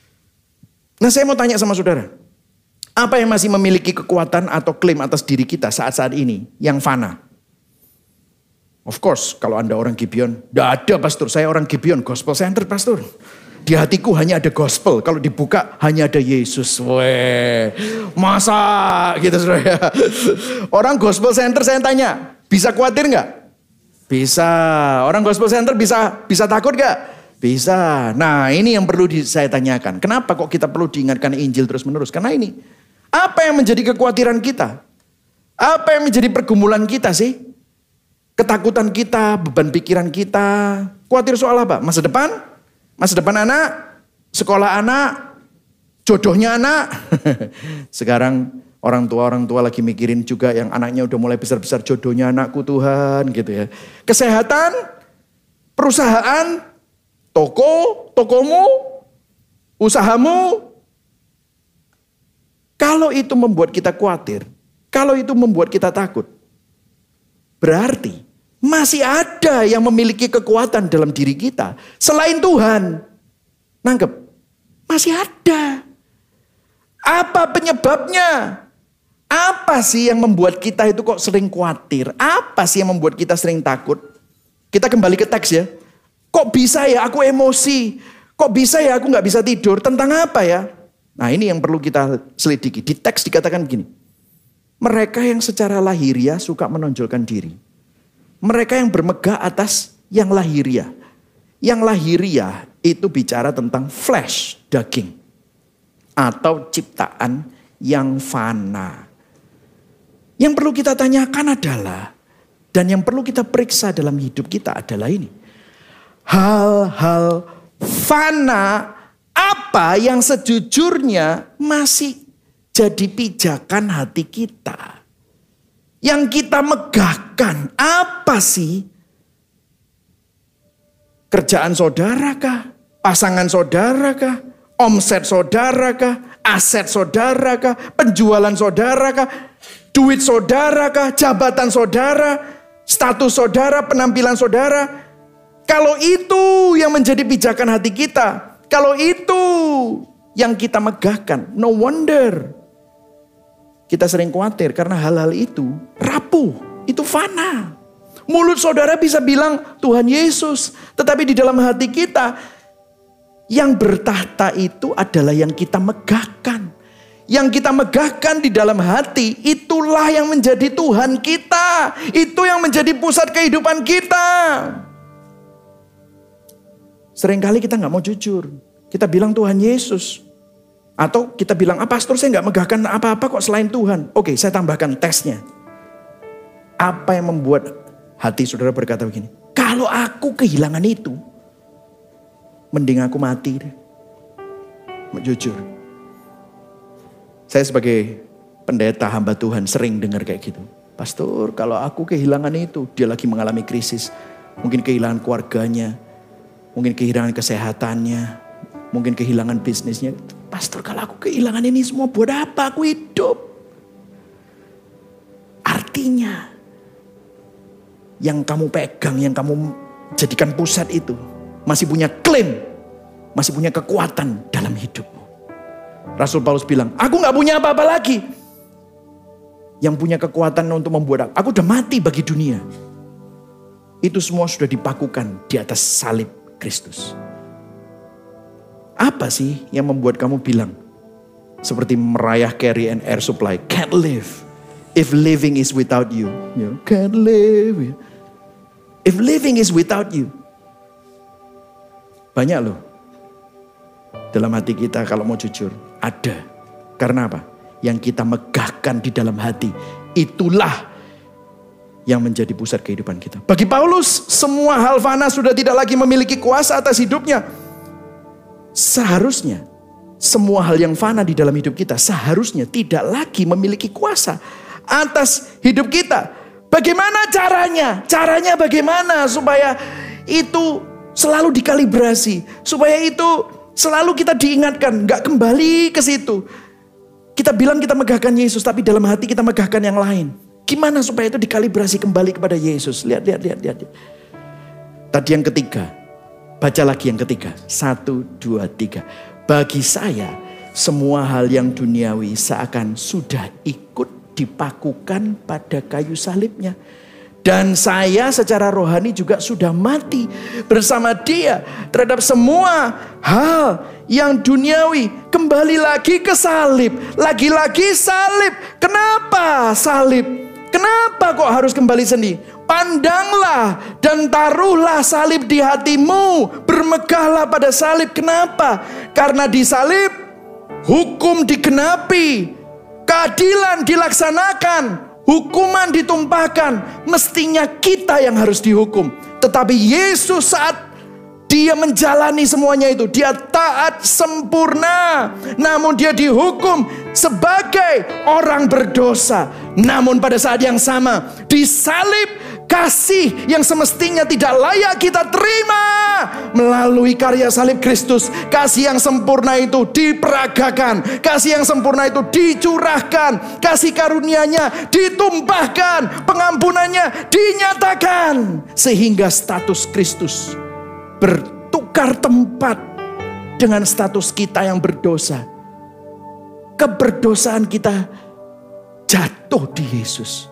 Nah, saya mau tanya sama saudara. Apa yang masih memiliki kekuatan atau klaim atas diri kita saat-saat ini yang fana? Of course, kalau Anda orang Gibeon, tidak ada pastor. Saya orang Gibeon, gospel center pastor. Di hatiku hanya ada gospel. Kalau dibuka hanya ada Yesus. Weh, masa gitu saudara. Orang gospel center saya tanya, bisa khawatir nggak? Bisa. Orang gospel center bisa takut nggak? Bisa. Nah, ini yang perlu saya tanyakan. Kenapa kok kita perlu diingatkan Injil terus-menerus? Karena ini. Apa yang menjadi kekhawatiran kita? Apa yang menjadi pergumulan kita sih? Ketakutan kita, beban pikiran kita. Khawatir soal apa? Masa depan? Masa depan anak? Sekolah anak? Jodohnya anak? Sekarang orang tua lagi mikirin juga yang anaknya udah mulai besar-besar. Jodohnya anakku Tuhan gitu ya. Kesehatan? Perusahaan? Tokomu, usahamu. Kalau itu membuat kita khawatir, kalau itu membuat kita takut, berarti masih ada yang memiliki kekuatan dalam diri kita selain Tuhan. Nangkep? Masih ada. Apa penyebabnya? Apa sih yang membuat kita itu kok sering khawatir? Apa sih yang membuat kita sering takut? Kita kembali ke teks ya. Kok bisa ya aku emosi? Kok bisa ya aku gak bisa tidur? Tentang apa ya? Nah, ini yang perlu kita selidiki. Di teks dikatakan begini. Mereka yang secara lahiriah suka menonjolkan diri. Mereka yang bermegah atas yang lahiriah. Yang lahiriah itu bicara tentang flesh, daging. Atau ciptaan yang fana. Yang perlu kita tanyakan adalah, dan yang perlu kita periksa dalam hidup kita adalah ini. Hal-hal fana apa yang sejujurnya masih jadi pijakan hati kita. Yang kita megahkan apa sih? Kerjaan saudara kah? Pasangan saudara kah? Omset saudara kah? Aset saudara kah? Penjualan saudara kah? Duit saudara kah? Jabatan saudara? Status saudara? Penampilan saudara? Kalau itu yang menjadi pijakan hati kita, kalau itu yang kita megahkan, no wonder kita sering khawatir karena hal-hal itu rapuh, itu fana. Mulut saudara bisa bilang Tuhan Yesus, tetapi di dalam hati kita yang bertahta itu adalah yang kita megahkan. Yang kita megahkan di dalam hati, itulah yang menjadi Tuhan kita. Itu yang menjadi pusat kehidupan kita. Seringkali kita gak mau jujur. Kita bilang Tuhan Yesus. Atau kita bilang, pastor saya nggak megahkan apa-apa kok selain Tuhan. Oke, saya tambahkan tesnya. Apa yang membuat hati saudara berkata begini? Kalau aku kehilangan itu, mending aku mati. Jujur. Saya sebagai pendeta hamba Tuhan sering dengar kayak gitu. Pastor, kalau aku kehilangan itu, dia lagi mengalami krisis. Mungkin kehilangan keluarganya, mungkin kehilangan kesehatannya, mungkin kehilangan bisnisnya. Pastor, kalau aku kehilangan ini semua, buat apa aku hidup? Artinya, yang kamu pegang, yang kamu jadikan pusat itu, masih punya klaim, masih punya kekuatan dalam hidupmu. Rasul Paulus bilang, aku gak punya apa-apa lagi. Yang punya kekuatan untuk membuat aku udah mati bagi dunia. Itu semua sudah dipakukan di atas salib Kristus. Apa sih yang membuat kamu bilang seperti Mariah Carey and Air Supply, can't live if living is without you. Can't live if living is without you. Banyak loh dalam hati kita kalau mau jujur ada. Karena apa? Yang kita megahkan di dalam hati, itulah yang menjadi pusat kehidupan kita. Bagi Paulus, semua hal fana sudah tidak lagi memiliki kuasa atas hidupnya. Seharusnya, semua hal yang fana di dalam hidup kita, seharusnya tidak lagi memiliki kuasa atas hidup kita. Bagaimana caranya? Caranya bagaimana supaya itu selalu dikalibrasi, supaya itu selalu kita diingatkan, gak kembali ke situ. Kita bilang kita megahkan Yesus, tapi dalam hati kita megahkan yang lain. Gimana supaya itu dikalibrasi kembali kepada Yesus? Lihat. Tadi yang ketiga, baca lagi yang ketiga. 1, 2, 3. Bagi saya, semua hal yang duniawi seakan sudah ikut dipakukan pada kayu salibnya. Dan saya secara rohani juga sudah mati bersama dia terhadap semua hal yang duniawi. Kembali lagi ke salib. Lagi-lagi salib. Kenapa salib? Kenapa kok harus kembali sendiri? Pandanglah dan taruhlah salib di hatimu. Bermegahlah pada salib. Kenapa? Karena di salib hukum digenapi. Keadilan dilaksanakan. Hukuman ditumpahkan, mestinya kita yang harus dihukum. Tetapi Yesus saat dia menjalani semuanya itu, dia taat sempurna. Namun dia dihukum sebagai orang berdosa. Namun pada saat yang sama, disalib kasih yang semestinya tidak layak kita terima. Melalui karya salib Kristus, kasih yang sempurna itu diperagakan. Kasih yang sempurna itu dicurahkan. Kasih karunia-Nya ditumpahkan. Pengampunannya dinyatakan. Sehingga status Kristus bertukar tempat dengan status kita yang berdosa. Keberdosaan kita jatuh di Yesus.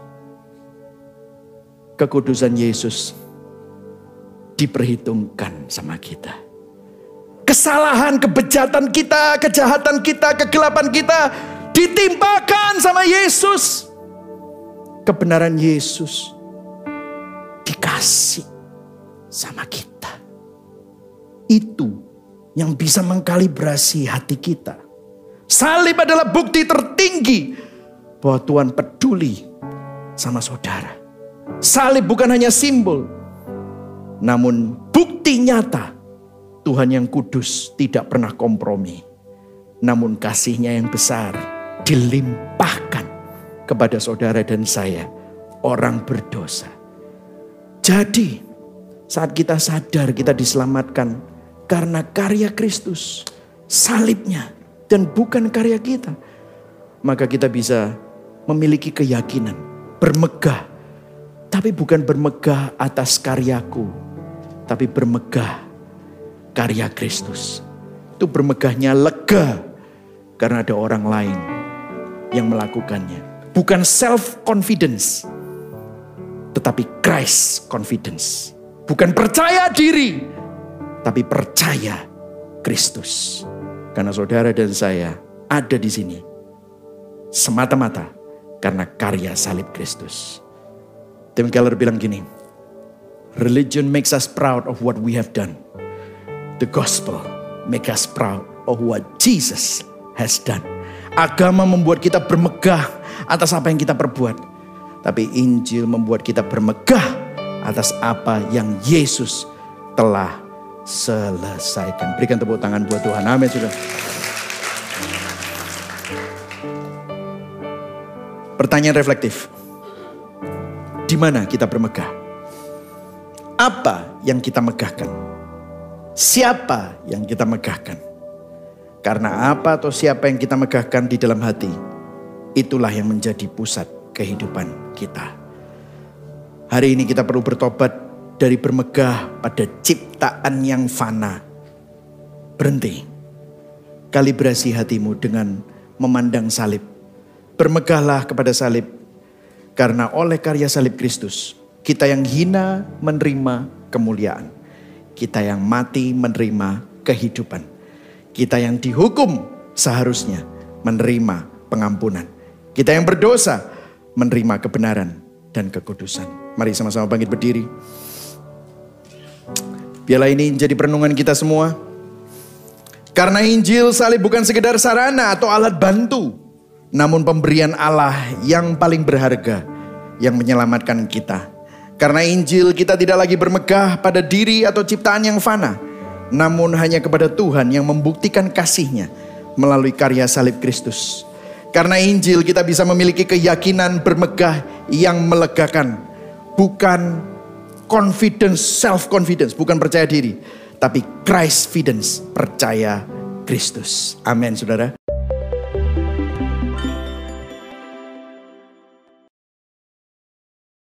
Kekudusan Yesus diperhitungkan sama kita. Kesalahan, kebejatan kita, kejahatan kita, kegelapan kita ditimpakan sama Yesus. Kebenaran Yesus dikasih sama kita. Itu yang bisa mengkalibrasi hati kita. Salib adalah bukti tertinggi bahwa Tuhan peduli sama saudara. Salib bukan hanya simbol, namun bukti nyata Tuhan yang kudus tidak pernah kompromi. Namun kasih-Nya yang besar dilimpahkan kepada saudara dan saya, orang berdosa. Jadi saat kita sadar kita diselamatkan karena karya Kristus, salibnya, dan bukan karya kita, maka kita bisa memiliki keyakinan, bermegah. Tapi bukan bermegah atas karyaku, tapi bermegah karya Kristus. Itu bermegahnya lega karena ada orang lain yang melakukannya. Bukan self-confidence, tetapi Christ confidence. Bukan percaya diri, tapi percaya Kristus. Karena saudara dan saya ada di sini semata-mata karena karya salib Kristus. Tim Keller bilang gini, religion makes us proud of what we have done. The gospel makes us proud of what Jesus has done. Agama membuat kita bermegah atas apa yang kita perbuat. Tapi Injil membuat kita bermegah atas apa yang Yesus telah selesaikan. Berikan tepuk tangan buat Tuhan. Amin, saudara. Pertanyaan reflektif. Di mana kita bermegah? Apa yang kita megahkan? Siapa yang kita megahkan? Karena apa atau siapa yang kita megahkan di dalam hati, itulah yang menjadi pusat kehidupan kita. Hari ini kita perlu bertobat dari bermegah pada ciptaan yang fana. Berhenti. Kalibrasi hatimu dengan memandang salib. Bermegahlah kepada salib. Karena oleh karya salib Kristus, kita yang hina menerima kemuliaan. Kita yang mati menerima kehidupan. Kita yang dihukum seharusnya menerima pengampunan. Kita yang berdosa menerima kebenaran dan kekudusan. Mari sama-sama bangkit berdiri. Biarlah ini menjadi perenungan kita semua. Karena Injil salib bukan sekedar sarana atau alat bantu, namun pemberian Allah yang paling berharga yang menyelamatkan kita. Karena Injil kita tidak lagi bermegah pada diri atau ciptaan yang fana, namun hanya kepada Tuhan yang membuktikan kasih-Nya melalui karya salib Kristus. Karena Injil kita bisa memiliki keyakinan bermegah yang melegakan. Bukan confidence, self-confidence, bukan percaya diri. Tapi Christ-fidence, percaya Kristus. Amin, saudara.